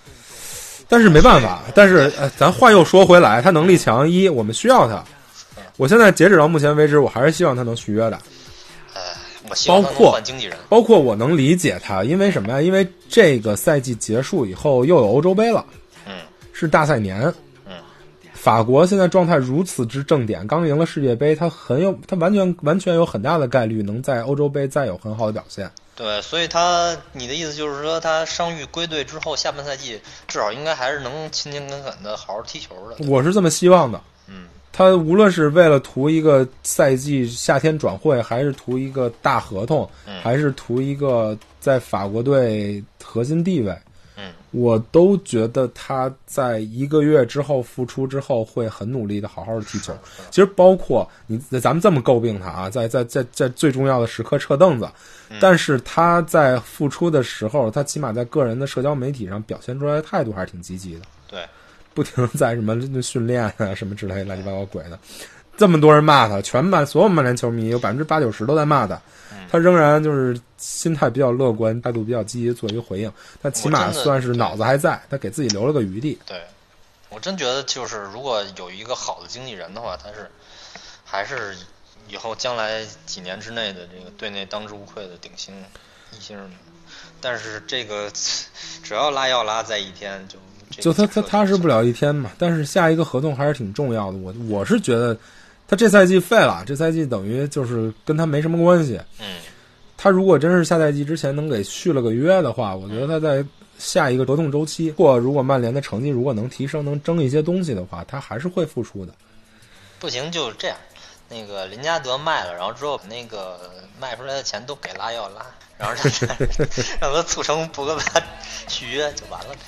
但是没办法，但是咱话又说回来，他能力强，我们需要他。 我现在截止到目前为止，我还是希望他能续约的。 我希望他能换经纪人。 包括我能理解他，因为什么呀？因为这个赛季结束以后又有欧洲杯了，是大赛年，法国现在状态如此之正点，刚赢了世界杯，他完全有很大的概率能在欧洲杯再有很好的表现。 对，所以你的意思就是说，他伤愈归队之后，下半赛季至少应该还是能勤勤恳恳的好好踢球的。 我是这么希望的。他无论是为了图一个赛季夏天转会，还是图一个大合同，还是图一个在法国队核心地位，我都觉得他在1个月之后复出之后会很努力的好好的踢球。其实包括咱们这么诟病他啊，在最重要的时刻撤凳子，但是他在复出的时候，他起码在个人的社交媒体上表现出来的态度还是挺积极的。 对。 不停在什么训练啊什么之类乱七八糟鬼的，这么多人骂他，所有曼联球迷有80%-90%都在骂他，他仍然就是心态比较乐观，态度比较积极做一个回应，他起码算是脑子还在，他给自己留了个余地。 对，我真觉得就是如果有一个好的经纪人的话，他还是以后将来几年之内的这个队内当之无愧的顶星一星。但是这个只要拉要拉在一天就他踏实不了一天嘛，但是下一个合同还是挺重要的。我是觉得他这赛季废了，这赛季等于就是跟他没什么关系。他如果真是下赛季之前能给续了个约的话，我觉得他在下一个合同周期，或如果曼联的成绩如果能提升，能争一些东西的话，他还是会复出的。 不行就这样，那个林加德卖了，然后之后那个卖出来的钱都给拉要拉，然后让他促成博格巴续约就完了呗。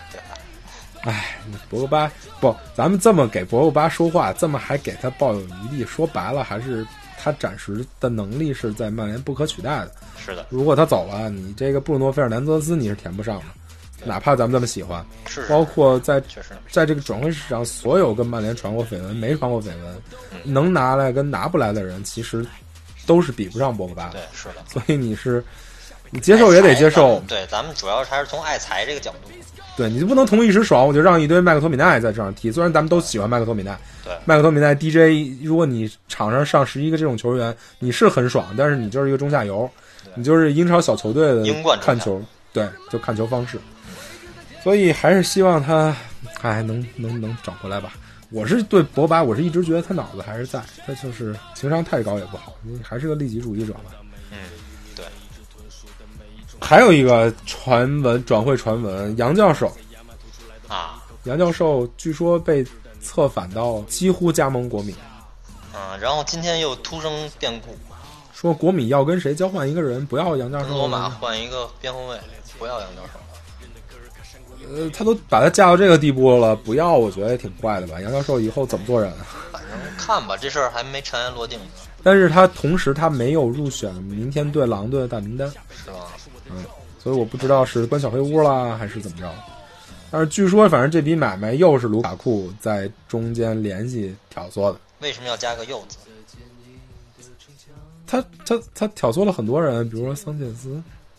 博格巴不，咱们这么给博格巴说话，这么还给他抱有余地，说白了还是他暂时的能力是在曼联不可取代的。 是的， 如果他走了，你这个布鲁诺·费尔南德斯你是填不上的，哪怕咱们这么喜欢。 是包括在这个转会市场，所有跟曼联传过绯闻、没传过绯闻，能拿来跟拿不来的人，其实都是比不上博格巴的。 对，是的。 所以你接受也得接受。 对，咱们主要还是从爱财这个角度。 对，你就不能同一时爽，我就让一堆麦克托米奈在这样踢。虽然咱们都喜欢麦克托米奈， 对， 麦克托米奈 DJ， 如果你场上上11个这种球员，你是很爽，但是你就是一个中下游，你就是英超小球队的看球，对，就看球方式。所以还是希望他能找回来吧。我是对博巴，我是一直觉得他脑子还是在，他就是情商太高也不好，还是个利己主义者吧。 对。 还有一个转会传闻，杨教授啊， 杨教授据说被策反到几乎加盟国米。 然后今天又突生变故， 说国米要跟谁交换一个人，不要杨教授。 罗马换一个边后卫，不要杨教授。 他都把他架到这个地步了，不要，我觉得也挺怪的吧。杨教授以后怎么做人？ 反正看吧，这事儿还没尘埃落定呢。 但是他同时他没有入选明天对狼队的大名单， 是吧？ 所以我不知道是关小黑屋啦，还是怎么着。但是据说，反正这笔买卖又是卢卡库在中间联系挑唆的。 为什么要加个又字？ 他挑唆了很多人，比如说桑切斯。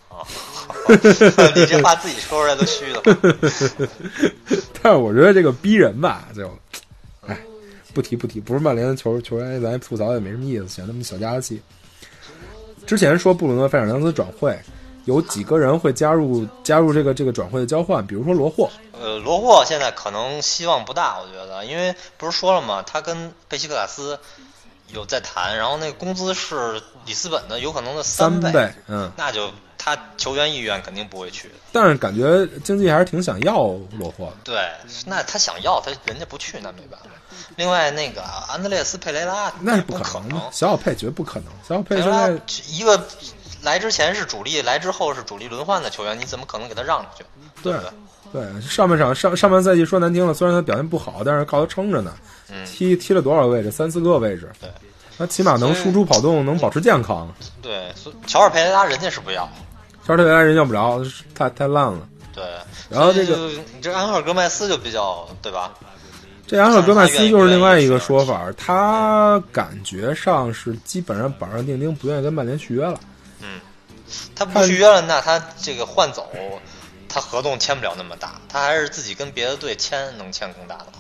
你这话自己说出来都虚了。 但是我觉得这个逼人吧，就，不提，不是曼联的球员，咱吐槽也没什么意思，显得那么小家子气。之前说布鲁诺·费尔南德斯转会，有几个人会加入这个转会的交换，比如说罗霍。 罗霍现在可能希望不大，我觉得，因为不是说了吗？他跟贝西克塔斯有在谈，然后那个工资是里斯本的有可能的3倍，那就他球员意愿肯定不会去的。 但是感觉经济还是挺想要罗霍的。 对，那他想要，人家不去，那没办法。另外那个安德烈斯佩雷拉， 那是不可能，小小佩绝不可能。小小佩现在一个来之前是主力，来之后是主力轮换的球员，你怎么可能给他让出去？对不对？ 对，上半赛季说难听了，虽然他表现不好，但是靠他撑着呢。踢了多少位置？3-4个位置。 对， 他起码能输出跑动，能保持健康。 对，乔尔佩雷拉人家是不要， 乔尔佩雷拉人要不着，太烂了。 对， 然后这安赫尔戈麦斯就比较对吧？ 这安赫尔戈麦斯就是另外一个说法，他感觉上是基本上板上钉钉，不愿意跟曼联续约了。 他不续约了，那他这个换走，他合同签不了那么大，他还是自己跟别的队签，能签更大的合同。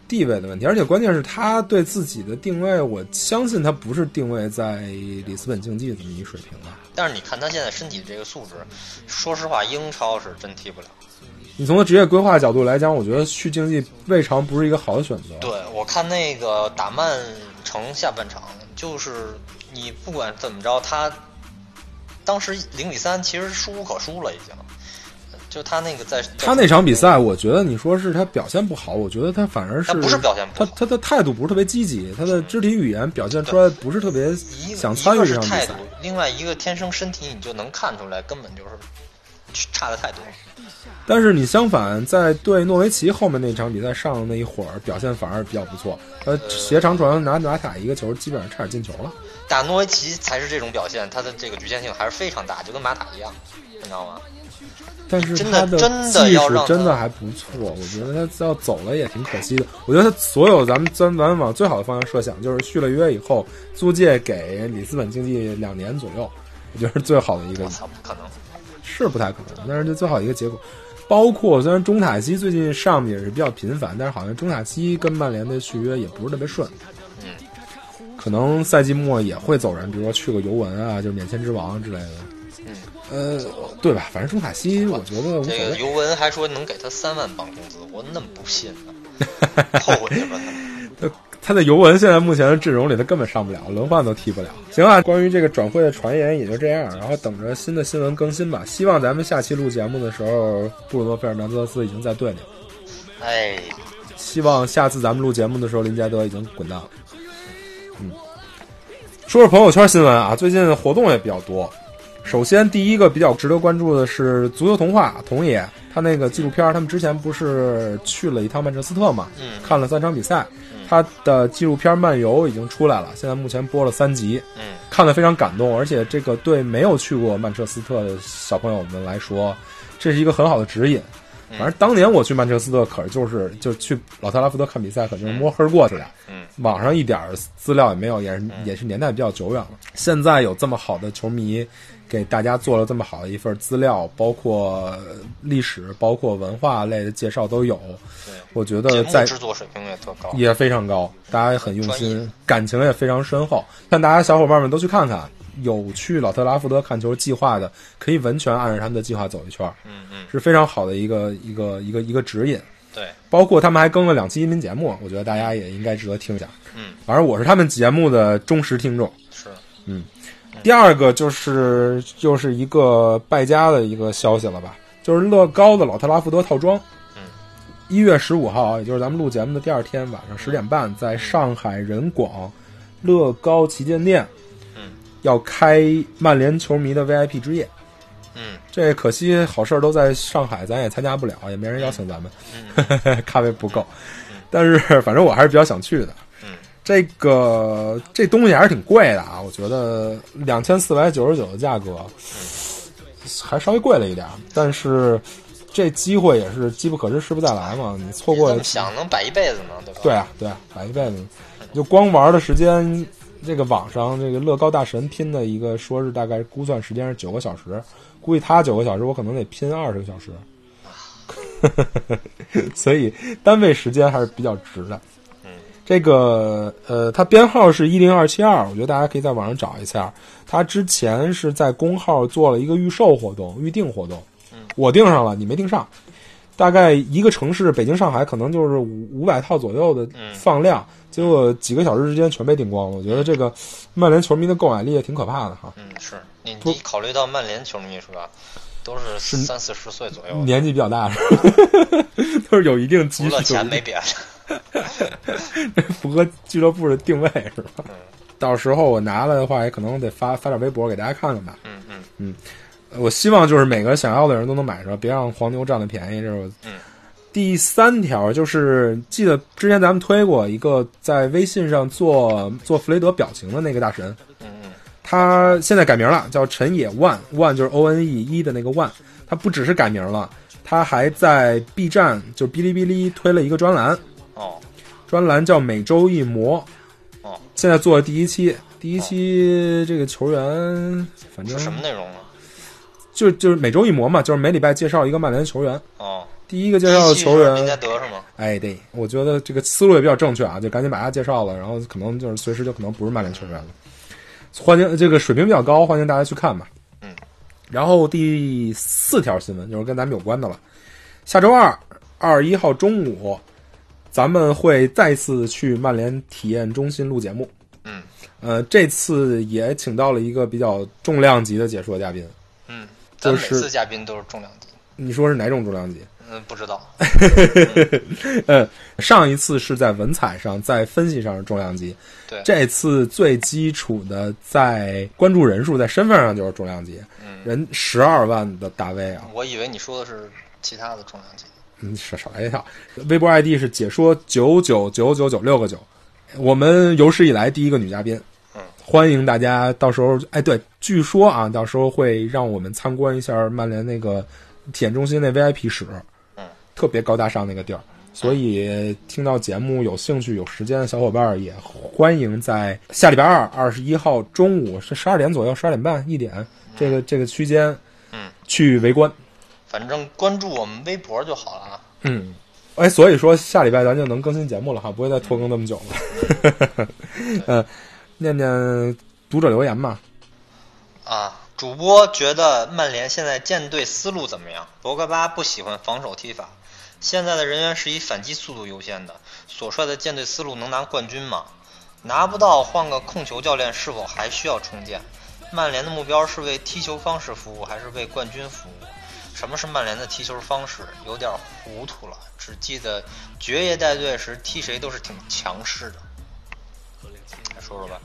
地位的问题，而且关键是他对自己的定位，我相信他不是定位在里斯本竞技这么一水平的。 但是你看他现在身体这个素质，说实话，英超是真踢不了。 你从他职业规划角度来讲，我觉得去竞技未尝不是一个好的选择。 对，我看那个打曼城下半场，就是你不管怎么着，他当时0-3，其实输无可输了已经。就他那个他那场比赛，我觉得你说是他表现不好，我觉得他反而是他不是表现不好， 他的态度不是特别积极，他的肢体语言表现出来不是特别想参与这场比赛。 一个是态度，另外一个天生身体你就能看出来，根本就是差的太多。 但是你相反，在对诺维奇后面那场比赛上那一会儿，表现反而比较不错。斜长传拿马塔一个球，基本上差点进球了。 打诺维奇才是这种表现，他的这个局限性还是非常大，就跟马塔一样，你知道吗？ 但是他的技术真的还不错，我觉得他要走了也挺可惜的。我觉得他所有咱们往最好的方向设想，就是续了约以后租借给里斯本竞技2年左右，我觉得是最好的一个。 我操，不可能， 是不太可能，但是就最好的一个结果。包括虽然中塔西最近上也是比较频繁，但是好像中塔西跟曼联的续约也不是特别顺。可能赛季末也会走人，比如说去个尤文啊，就是免签之王之类的。对吧？反正中塔西，我觉得这个尤文还说能给他3万镑工资，我那么不信呢，后悔了他在尤文现在目前的阵容里，他根本上不了，轮换都踢不了。行啊，关于这个转会的传言也就这样，然后等着新的新闻更新吧。希望咱们下期录节目的时候，布鲁诺·费尔南德斯已经在队里了。 哎， 希望下次咱们录节目的时候，林加德已经滚蛋了。说说朋友圈新闻啊，最近活动也比较多。首先，第一个比较值得关注的是足球童话童爷，他那个纪录片，他们之前不是去了一趟曼彻斯特嘛，看了3场比赛，他的纪录片漫游已经出来了，现在目前播了3集，看得非常感动，而且这个对没有去过曼彻斯特的小朋友们来说，这是一个很好的指引。反正当年我去曼彻斯特，可是就去老特拉福德看比赛，可就是摸黑过去的。网上一点资料也没有，也是年代比较久远了。现在有这么好的球迷给大家做了这么好的一份资料，包括历史、包括文化类的介绍都有。我觉得在制作水平也特高， 也非常高，大家也很用心，感情也非常深厚。但大家小伙伴们都去看看。有去老特拉福德看球计划的，可以完全按照他们的计划走一圈，是非常好的一个指引。 对， 包括他们还更了2期音频节目，我觉得大家也应该值得听一下。反正我是他们节目的忠实听众。 是， 第二个就是一个败家的一个消息了吧，就是乐高的老特拉福德套装。1月15号，也就是咱们录节目的第2天晚上10点半，在上海人广乐高旗舰店。要开曼联球迷的 VIP 之夜，这可惜好事都在上海，咱也参加不了，也没人邀请咱们，咖位不够。但是反正我还是比较想去的。这东西还是挺贵的啊，我觉得2499的价格，还稍微贵了一点，但是这机会也是机不可失，失不再来嘛。你错过了， 想能摆一辈子呢，对吧？ 对啊，摆一辈子，就光玩的时间。这个网上这个乐高大神拼的一个说是大概估算时间是9个小时，估计他9个小时，我可能得拼20个小时，所以单位时间还是比较值的。这个它编号是10272，我觉得大家可以在网上找一下。它之前是在公号做了一个预售活动、预定活动，我订上了，你没订上。大概一个城市，北京、上海可能就是500套左右的放量，结果几个小时之间全被订光了。我觉得这个曼联球迷的购买力也挺可怕的哈。 是你考虑到曼联球迷是吧，都是30-40岁左右， 年纪比较大是吧？都是有一定积蓄，除了钱没别的，符合俱乐部的定位是吧？到时候我拿来的话，也可能得发点微博给大家看看吧。我希望就是每个想要的人都能买着，别让黄牛占了便宜。这是第3条，就是记得之前咱们推过一个在微信上做弗雷德表情的那个大神，他现在改名了，叫陈野万就是 ONE 的那个万。他不只是改名了，他还在 B 站就哔哩哔哩推了一个专栏，专栏叫每周一魔。现在做了第1期，这个球员反正是什么内容呢？ 就是每周一魔嘛，就是每礼拜介绍一个曼联球员。 第一个介绍的球员林加德是吗？ 哎，对，我觉得这个思路也比较正确啊，就赶紧把他介绍了，然后可能就是随时就可能不是曼联球员了。欢迎这个水平比较高，欢迎大家去看吧。然后第4条新闻就是跟咱们有关的了。下周2 21号中午，咱们会再次去曼联体验中心录节目。这次也请到了一个比较重量级的解说嘉宾。 咱每次嘉宾都是重量级。 你说是哪种重量级？ 不知道。 上一次是在文采上，在分析上是重量级。 对， 这次最基础的在关注人数，在身份上就是重量级。人12万的大 V 啊！ 我以为你说的是其他的重量级。 少来一套。微博 ID 是解说9999996个9，我们有史以来第一个女嘉宾。欢迎大家到时候，哎，对，据说啊，到时候会让我们参观一下曼联那个体验中心那 VIP 室，特别高大上那个地儿。所以听到节目有兴趣有时间的小伙伴也欢迎在下礼拜2 21号中午是12点左右，12点半1点这个区间，去围观。 反正关注我们微博就好了啊。 哎，所以说下礼拜咱就能更新节目了哈，不会再拖更那么久了。念念读者留言嘛。 主播觉得曼联现在建队思路怎么样？博格巴不喜欢防守踢法，现在的人员是以反击速度优先的，所率的建队思路能拿冠军吗？拿不到换个控球教练是否还需要重建？曼联的目标是为踢球方式服务还是为冠军服务？什么是曼联的踢球方式？有点糊涂了，只记得爵爷带队时踢谁都是挺强势的。来说说吧。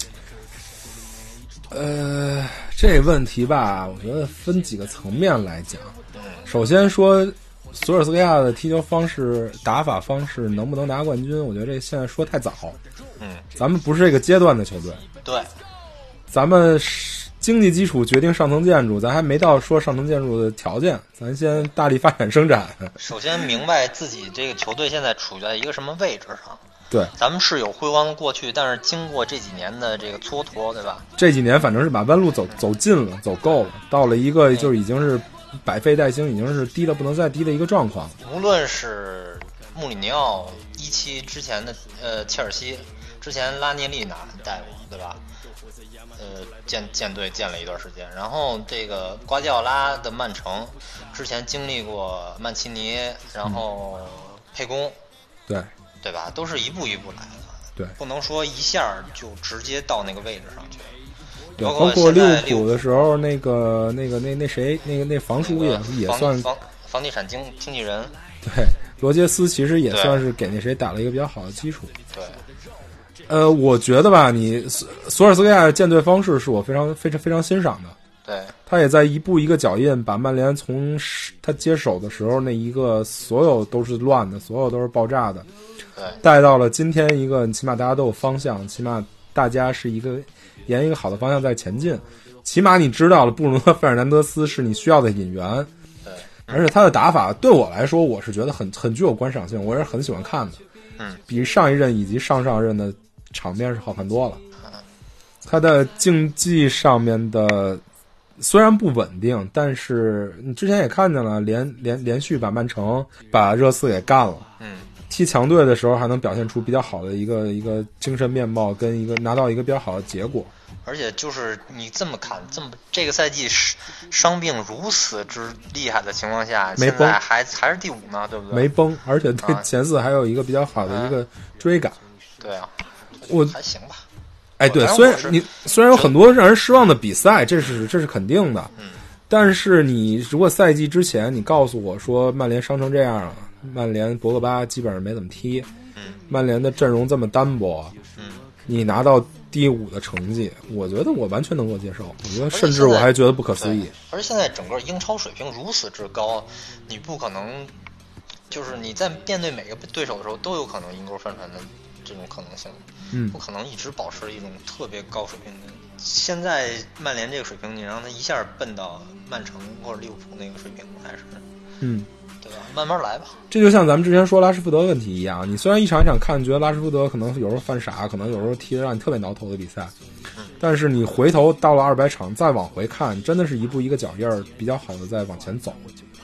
这个问题吧，我觉得分几个层面来讲。首先说索尔斯克亚的踢球方式、打法方式能不能拿冠军，我觉得这现在说太早。咱们不是这个阶段的球队。 对， 咱们经济基础决定上层建筑，咱还没到说上层建筑的条件，咱先大力发展生产。 首先明白自己这个球队现在处在一个什么位置上。 对， 咱们是有辉煌的过去，但是经过这几年的这个蹉跎，对吧？ 这几年反正是把弯路走尽了，走够了，到了一个就是已经是百废待兴，已经是低了不能再低的一个状况。 无论是穆里尼奥17之前的切尔西，之前拉涅利带过，对吧？建队建了一段时间，然后这个瓜迪奥拉的曼城之前经历过曼奇尼，然后佩公，对吧？都是一步一步来的， 对， 不能说一下就直接到那个位置上去。 对，包括利物浦的时候，那谁，那房叔也算房地产经纪人。 对，罗杰斯其实也算是给那谁打了一个比较好的基础。 对， 我觉得吧，你索尔斯克亚的建队方式是我非常欣赏的。 对， 他也在一步一个脚印，把曼联从他接手的时候那一个所有都是乱的，所有都是爆炸的，带到了今天一个起码大家都有方向，起码大家是沿一个好的方向在前进，起码你知道了布鲁诺·费尔南德斯是你需要的引援，而且他的打法对我来说，我是觉得很具有观赏性，我也是很喜欢看的，比上一任以及上任的场面是好看多了。他的竞技上面的虽然不稳定，但是你之前也看见了，连续把曼城、把热刺给干了。踢强队的时候还能表现出比较好的一个精神面貌，跟一个拿到一个比较好的结果。 而且就是你这么看，这个赛季伤病如此之厉害的情况下， 没崩， 现在还是第5呢，对不对？ 没崩，而且对前4还有一个比较好的一个追赶。 对啊， 我还行吧。 哎，对，虽然有很多让人失望的比赛，这是肯定的。但是你如果赛季之前你告诉我说曼联伤成这样了，曼联博格巴基本上没怎么踢，曼联的阵容这么单薄，你拿到第5的成绩，我觉得我完全能够接受，我觉得甚至我还觉得不可思议。 而现在整个英超水平如此之高，你不可能就是你在面对每个对手的时候都有可能阴沟翻船的这种可能性，不可能一直保持一种特别高水平的。现在曼联这个水平，你让他一下奔到曼城或者利物浦那个水平，还是对吧？慢慢来吧。 这就像咱们之前说拉什福德问题一样，你虽然一场一场看觉得拉什福德可能有时候犯傻，可能有时候踢得让你特别挠头的比赛，但是你回头到了200场再往回看，真的是一步一个脚印儿比较好的在往前走。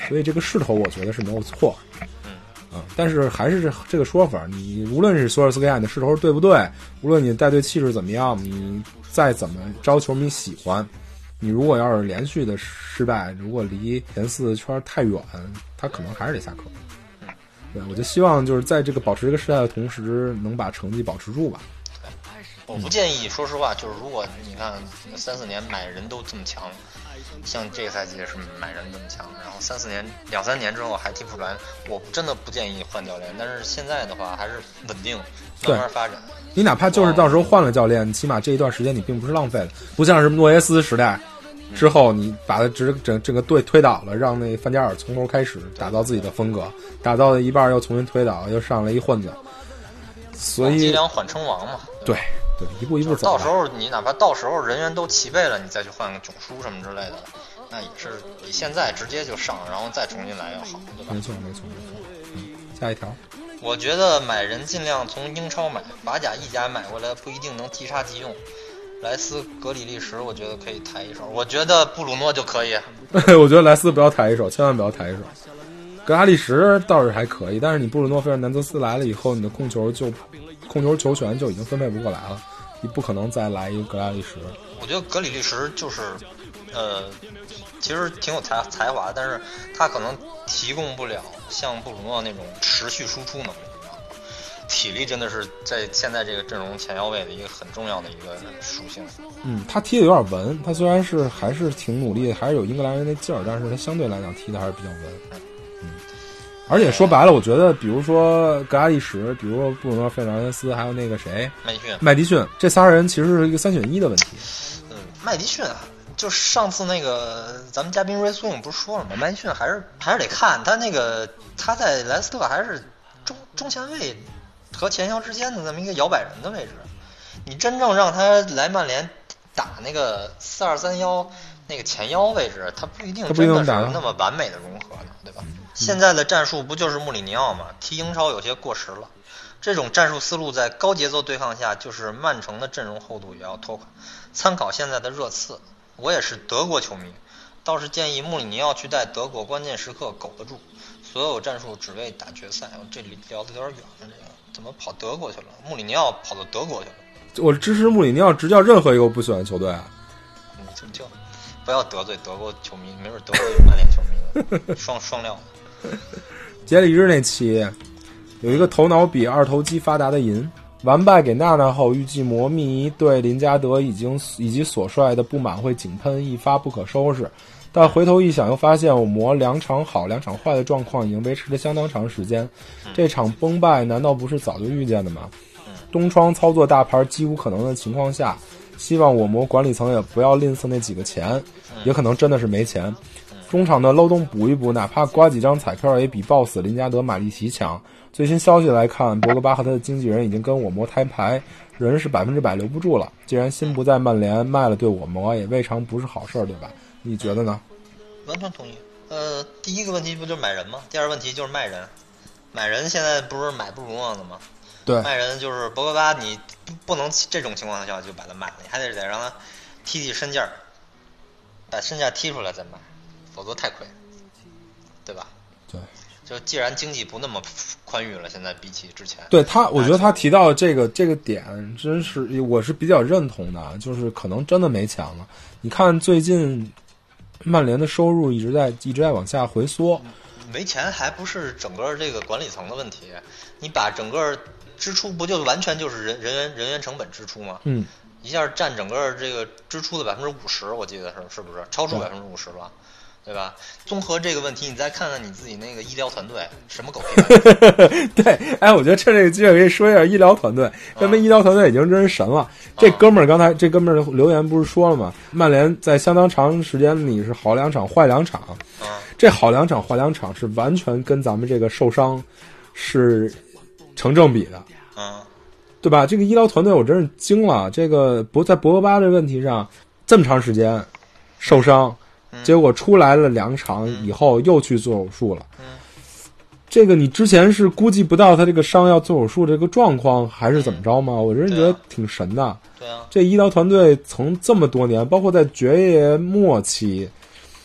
所以这个势头我觉得是没有错。但是还是这个说法，你无论是索尔斯克亚你的势头对不对，无论你带队气势怎么样，你再怎么招球迷喜欢，你如果要是连续的失败，如果离前4圈太远，他可能还是得下课。对，我就希望就是在这个保持这个势态的同时，能把成绩保持住吧。 我不建议，说实话，就是如果你看3-4年买人都这么强，像这个赛季是买人这么强，然后2-3年之后还踢不出来，我真的不建议换教练。但是现在的话，还是稳定慢慢发展。 你哪怕就是到时候换了教练，起码这一段时间你并不是浪费了，不像是诺耶斯时代之后，你把他整个队推倒了，让那范加尔从头开始打造自己的风格，打造了一半又重新推倒，又上来一混子，所以积粮缓称王嘛。 对，一步一步走。 到时候你哪怕到时候人员都齐备了，你再去换个囧叔什么之类的，那也是比现在直接就上，然后再重新来要好，对吧？ 没错。下一条， 我觉得买人尽量从英超买，法甲、意甲买过来不一定能即插即用。莱斯、格里利什，我觉得可以抬一手。我觉得布鲁诺就可以。 我觉得莱斯不要抬一手，千万不要抬一手。格拉利什倒是还可以，但是你布鲁诺·费尔南德斯来了以后，你的控球球权就已经分配不过来了，你不可能再来一个格拉利什。 我觉得格里利什就是，其实挺有才华，但是他可能提供不了像布鲁诺那种持续输出能力。体力真的是在现在这个阵容前腰位的一个很重要的一个属性。 他踢的有点文，他虽然是还是挺努力，还是有英格兰人那劲儿，但是他相对来讲踢的还是比较文。而且说白了，我觉得比如说格拉利什，比如说布鲁诺·费尔南德斯，还有那个谁麦迪逊，这仨人其实是一个3选1的问题。 麦迪逊啊，就是上次那个咱们嘉宾瑞苏永不是说了吗？麦迪逊还是得看他在莱斯特还是中前卫和前腰之间的那么一个摇摆人的位置。你真正让他来曼联打那个4-2-3-1那个前腰位置，他不一定真的是那么完美的融合的，对吧？现在的战术不就是穆里尼奥吗？踢英超有些过时了。这种战术思路在高节奏对抗下，就是曼城的阵容厚度也要拖垮。参考现在的热刺，我也是德国球迷，倒是建议穆里尼奥去带德国，关键时刻苟得住。所有战术只为打决赛。这里聊得有点远了，这个怎么跑德国去了？穆里尼奥跑到德国去了。 我支持穆里尼奥执教任何一个我不喜欢的球队啊。 就不要得罪德国球迷，没准德国有曼联球迷了，双料。 杰里日那期有一个头脑比二头肌发达的银完败给娜娜后，预计魔迷对林加德以及所率的不满会井喷一发不可收拾。但回头一想，又发现我魔2场好2场坏的状况已经维持了相当长时间，这场崩败难道不是早就预见的吗？东窗操作大牌几乎可能的情况下，希望我魔管理层也不要吝啬那几个钱，也可能真的是没钱。中场的漏洞补一补，哪怕刮几张彩票也比爆死林加德马利奇强。最新消息来看，博格巴和他的经纪人已经跟我魔摊牌，人是100%留不住了。既然心不在曼联，卖了对我魔也未尝不是好事，对吧？你觉得呢？ 完全同意。第一个问题不就是买人吗？第二个问题就是卖人。买人现在不是买布鲁诺的吗？ 对， 卖人就是博格巴，你不能这种情况下就把他卖了，你还得让他踢身价，把身价踢出来再卖，否则太亏，对吧？ 对， 就既然经济不那么宽裕了，现在比起之前， 对他，我觉得他提到这个点，真是我是比较认同的，就是可能真的没钱了。你看最近曼联的收入一直在往下回缩， 没钱还不是整个这个管理层的问题，你把整个支出不就完全就是人员成本支出吗？一下占整个这个支出的50%，我记得是不是超出50%了？对吧？综合这个问题，你再看看你自己那个医疗团队，什么狗屁对，哎，我觉得趁这个机会可以说一下医疗团队，因为医疗团队已经真是神了。这哥们儿刚才这哥们儿留言不是说了吗？曼联在相当长时间里是好2场坏2场，这好2场坏2场是完全跟咱们这个受伤是成正比的，对吧？这个医疗团队我真是惊了，这个在博格巴这个问题上这么长时间受伤。结果出来了2场以后又去做手术了，这个你之前是估计不到他这个伤要做手术这个状况还是怎么着吗？我真觉得挺神的。 对啊， 这医疗团队从这么多年，包括在爵爷末期，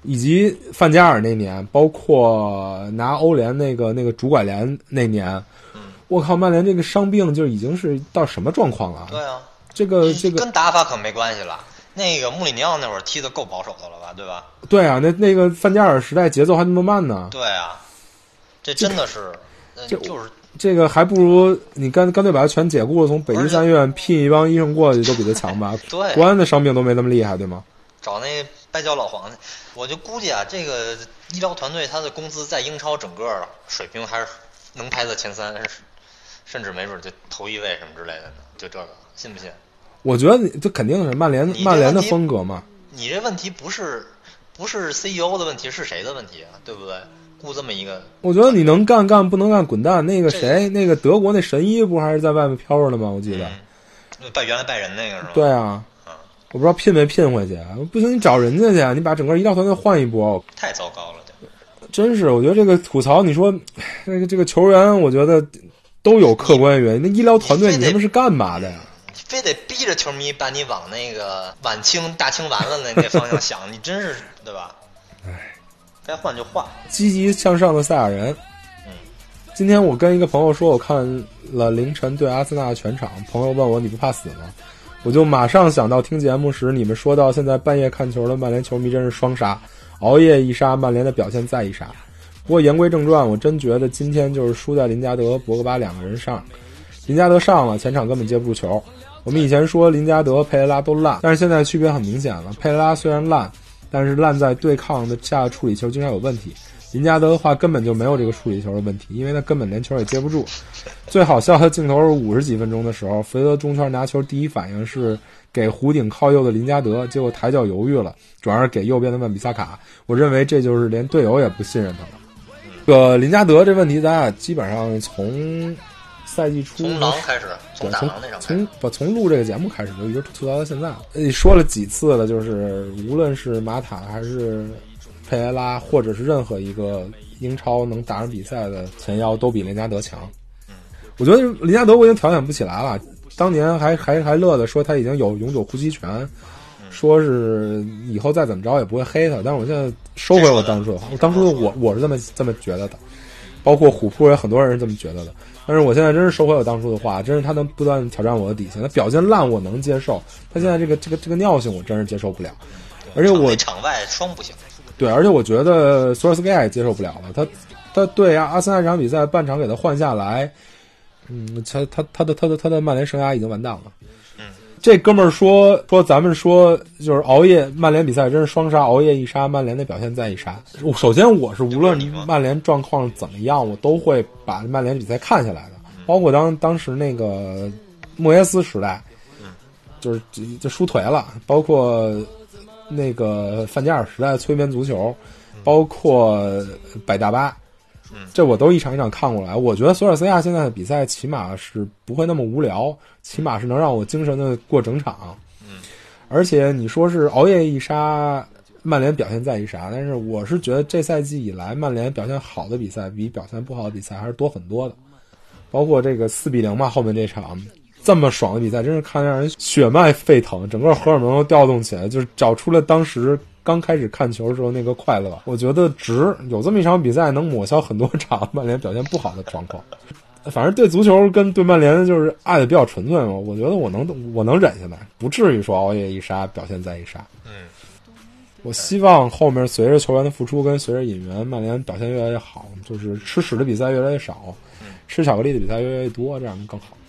以及范加尔那年，包括拿欧联那个主管联那年，我靠，曼联这个伤病就已经是到什么状况了？ 对啊， 这个跟打法可没关系了。那个穆里尼奥那会儿踢得够保守的了吧，对吧？ 对啊，那个范加尔时代节奏还那么慢呢。 对啊，这真的是，就是这个还不如你干脆把他全解雇了，从北医三院聘一帮医生过去都比他强吧？ 对， 国安的伤病都没那么厉害，对吗？ 找那拜教老黄去，我就估计啊，这个医疗团队他的工资在英超整个水平还是能排在前3，甚至没准就头1位什么之类的呢。就这个，信不信？ 我觉得这肯定是曼联的风格嘛。 你这问题不是 CEO 的问题，是谁的问题啊？对不对？雇这么一个， 我觉得你能干，不能干滚蛋。那个谁，那个德国那神医不还是在外面飘着呢吗？我记得， 原来拜仁那个是吧？ 对啊，我不知道聘没聘回去。不行，你找人家去，你把整个医疗团队换一波。 太糟糕了， 真是。我觉得这个吐槽，你说这个球员，我觉得都有客观原因。那医疗团队你他妈是干嘛的呀？ 你非得逼着球迷把你往那个晚清大清完了那方向想，你真是对吧？ 唉， 该换就换。 积极向上的赛亚人。今天我跟一个朋友说，我看了凌晨对阿森纳的全场，朋友问我你不怕死吗？我就马上想到听节目时你们说到现在半夜看球的曼联球迷真是双杀，熬夜一杀，曼联的表现再一杀。不过言归正传，我真觉得今天就是输在林加德、博格巴2个人上。林加德上了，前场根本接不住球。我们以前说林加德、佩雷拉都烂，但是现在区别很明显了。佩雷拉虽然烂，但是烂在对抗的下处理球经常有问题。林加德的话根本就没有这个处理球的问题，因为他根本连球也接不住。最好笑的镜头是50几分钟的时候，弗雷德中圈拿球第一反应是给弧顶靠右的林加德，结果抬脚犹豫了，转而给右边的万比萨卡。我认为这就是连队友也不信任他了。林加德这问题咱俩基本上从赛季初从狼开始，从打狼那场开始， 从录这个节目开始就一直吐槽到现在。说了几次了，就是无论是马塔还是佩莱拉，或者是任何一个英超能打上比赛的前腰，都比林加德强。我觉得林加德我已经调侃不起来了，当年还乐的说他已经有永久呼吸权，说是以后再怎么着也不会黑他。但是我现在收回我当初的话，我当初我是这么觉得的，包括虎扑也很多人是这么觉得的。但是我现在真是收回我当初的话，真是他能不断挑战我的底线。他表现烂我能接受，他现在这个尿性我真是接受不了。而且我场外双不行。 对，而且我觉得索尔斯克亚也接受不了了。他对阿森纳这场比赛半场给他换下来，他的曼联生涯已经完蛋了。这哥们儿说咱们说就是熬夜，曼联比赛真是双杀，熬夜一杀，曼联的表现再一杀。首先我是无论曼联状况怎么样，我都会把曼联比赛看下来的，包括当时那个莫耶斯时代，就输腿了，包括那个范加尔时代的催眠足球，包括百大巴，这我都一场一场看过来。我觉得索尔斯克亚现在的比赛起码是不会那么无聊，起码是能让我精神的过整场。而且你说是熬夜一杀，曼联表现再一杀，但是我是觉得这赛季以来曼联表现好的比赛比表现不好的比赛还是多很多的，包括这个4-0嘛，后面这场这么爽的比赛真是看让人血脉沸腾，整个荷尔蒙都调动起来，就是找出了当时刚开始看球的时候那个快乐。我觉得有这么一场比赛能抹消很多场曼联表现不好的状况。反正对足球跟对曼联就是爱的比较纯粹嘛，我觉得我能忍下来，不至于说熬夜一杀表现再一杀。我希望后面随着球员的付出跟随着引援，曼联表现越来越好，就是吃屎的比赛越来越少，吃巧克力的比赛越来越多，这样更好。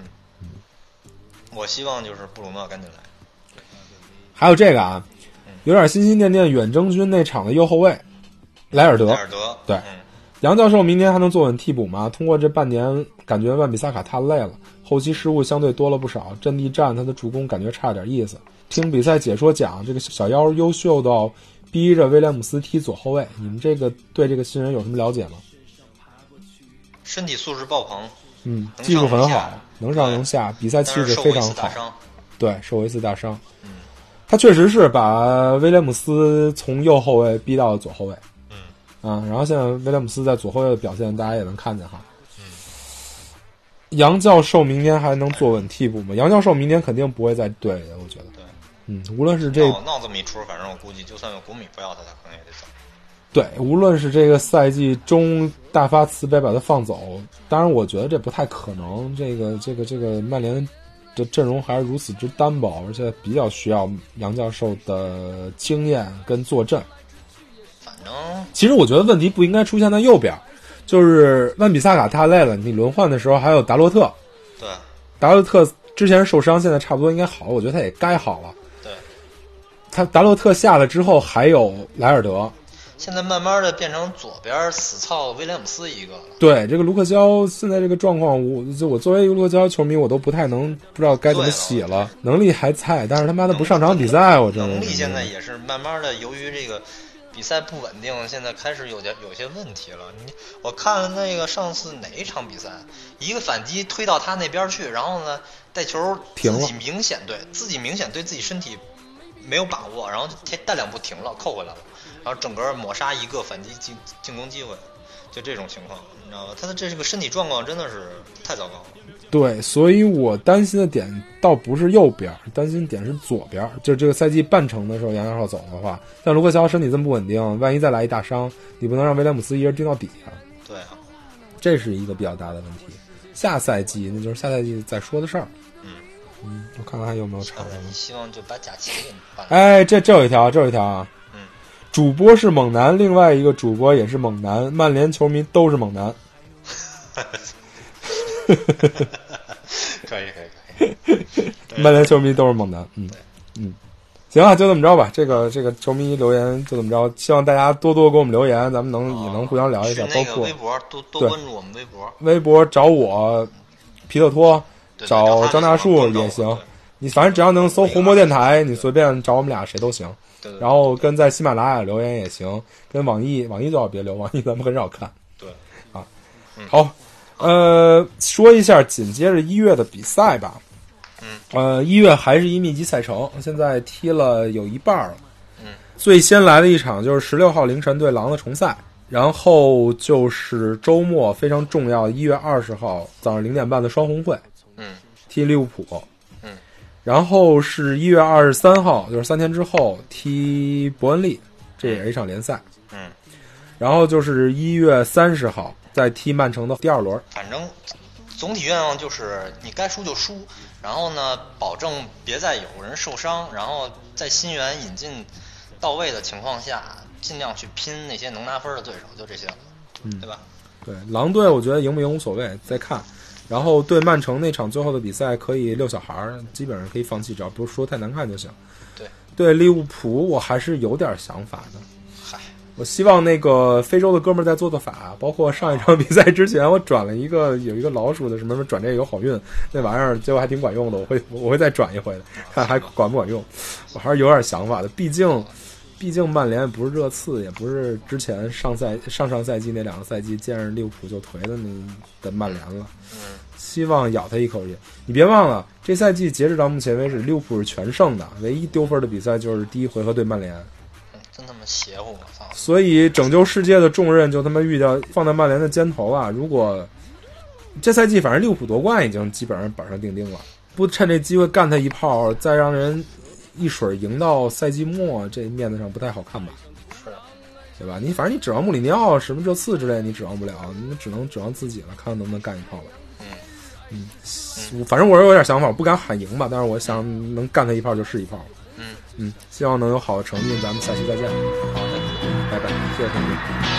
我希望就是布鲁诺赶紧来。 还有这个啊，有点心心念念远征军那场的右后卫莱尔德，对，杨教授明年还能坐稳替补吗？通过这半年，感觉万比萨卡太累了，后期失误相对多了不少，阵地战他的助攻感觉差点意思。听比赛解说讲，这个小妖优秀到逼着威廉姆斯踢左后卫，你们这个对这个新人有什么了解吗？ 身体素质爆棚， 技术很好，能上能下，比赛气质非常好。对，受过一次大伤。他确实是把威廉姆斯从右后卫逼到了左后卫。然后现在威廉姆斯在左后卫的表现，大家也能看见哈。杨教授明年还能坐稳替补吗？杨教授明年肯定不会再队的，我觉得。 无论是闹这么一出，反正我估计就算有国米不要他可能也得走。 对，无论是这个赛季中大发慈悲把他放走，当然我觉得这不太可能。这个曼联的阵容还是如此之单薄，而且比较需要杨教授的经验跟坐镇。 反正其实我觉得问题不应该出现在右边，就是万比萨卡太累了，你轮换的时候还有达洛特。 对， 达洛特之前受伤，现在差不多应该好了，我觉得他也该好了。 对， 他达洛特下了之后还有莱尔德。 现在慢慢的变成左边死操威廉姆斯一个了。 对，这个卢克肖现在这个状况，我作为一个卢克肖球迷，我都不知道该怎么洗了。能力还在，但是他妈的不上场比赛，我真的能力现在也是慢慢的，由于这个比赛不稳定，现在开始有些问题了。我看了那个上次哪一场比赛，一个反击推到他那边去，然后呢带球自己明显对自己身体没有把握，然后带两步停了，扣回来了。然后整个抹杀一个反击进攻机会，就这种情况，你知道吧？他的这个身体状况真的是太糟糕了。 对，所以我担心的点倒不是右边，担心点是左边。就这个赛季半程的时候，杨教授走的话，像卢克肖身体这么不稳定，万一再来一大伤，你不能让威廉姆斯一人盯到底啊。 对啊，这是一个比较大的问题。下赛季那就是下赛季再说的事儿。我看看还有没有查的。 你希望就把假期给你办了。 哎，这有一条啊。主播是猛男，另外一个主播也是猛男，曼联球迷都是猛男。 可以。 曼联球迷都是猛男。行啊，就这么着吧。这个球迷留言就这么着，希望大家多多给我们留言，咱们也能互相聊一下。包括微博多关注我们微博找我皮特托，找张大树也行。你反正只要能搜红魔电台，你随便找我们俩谁都行。 对， 然后跟在喜马拉雅留言也行，跟网易最好别留，网易咱们很少看。 对， 啊，好，说一下紧接着1月的比赛吧。1月还是一密集赛程，现在踢了有一半了。最先来的一场就是16号凌晨对狼的重赛，然后就是周末非常重要1月20号早上0点半的双红会，踢利物浦。然后是1月23号，就是3天之后踢伯恩利，这也是一场联赛。然后就是1月30号再踢曼城的第2轮。 反正总体愿望就是你该输就输，然后呢，保证别再有人受伤，然后在新援引进到位的情况下，尽量去拼那些能拿分的对手，就这些了，对吧？ 对，狼队我觉得赢不赢无所谓，再看。然后对曼城那场最后的比赛可以遛小孩，基本上可以放弃，只要不是说太难看就行。对利物浦我还是有点想法的。我希望那个非洲的哥们儿再做法，包括上一场比赛之前我转了有一个老鼠的什么转这个有好运那玩意儿，结果还挺管用的，我会再转一回的，看还管不管用。我还是有点想法的，毕竟曼联不是热刺，也不是之前上上赛季那2个赛季见着利物浦就颓的曼联了。希望咬他一口气。你别忘了，这赛季截止到目前为止，利物浦是全胜的，唯一丢分的比赛就是第一回合对曼联。 真他妈邪乎！我操！ 所以拯救世界的重任就他妈放在曼联的肩头了。如果这赛季反正利物浦夺冠已经基本上板上钉钉了，不趁这机会干他一炮，再让人一水赢到赛季末，这面子上不太好看吧？ 是， 对吧？你反正你指望穆里尼奥什么热刺之类，你指望不了，你只能指望自己了，看看能不能干一炮了。反正我是有点想法，我不敢喊赢吧，但是我想能干他一炮就是一炮。希望能有好的成绩，咱们下期再见。 好的， 拜拜，谢谢同学。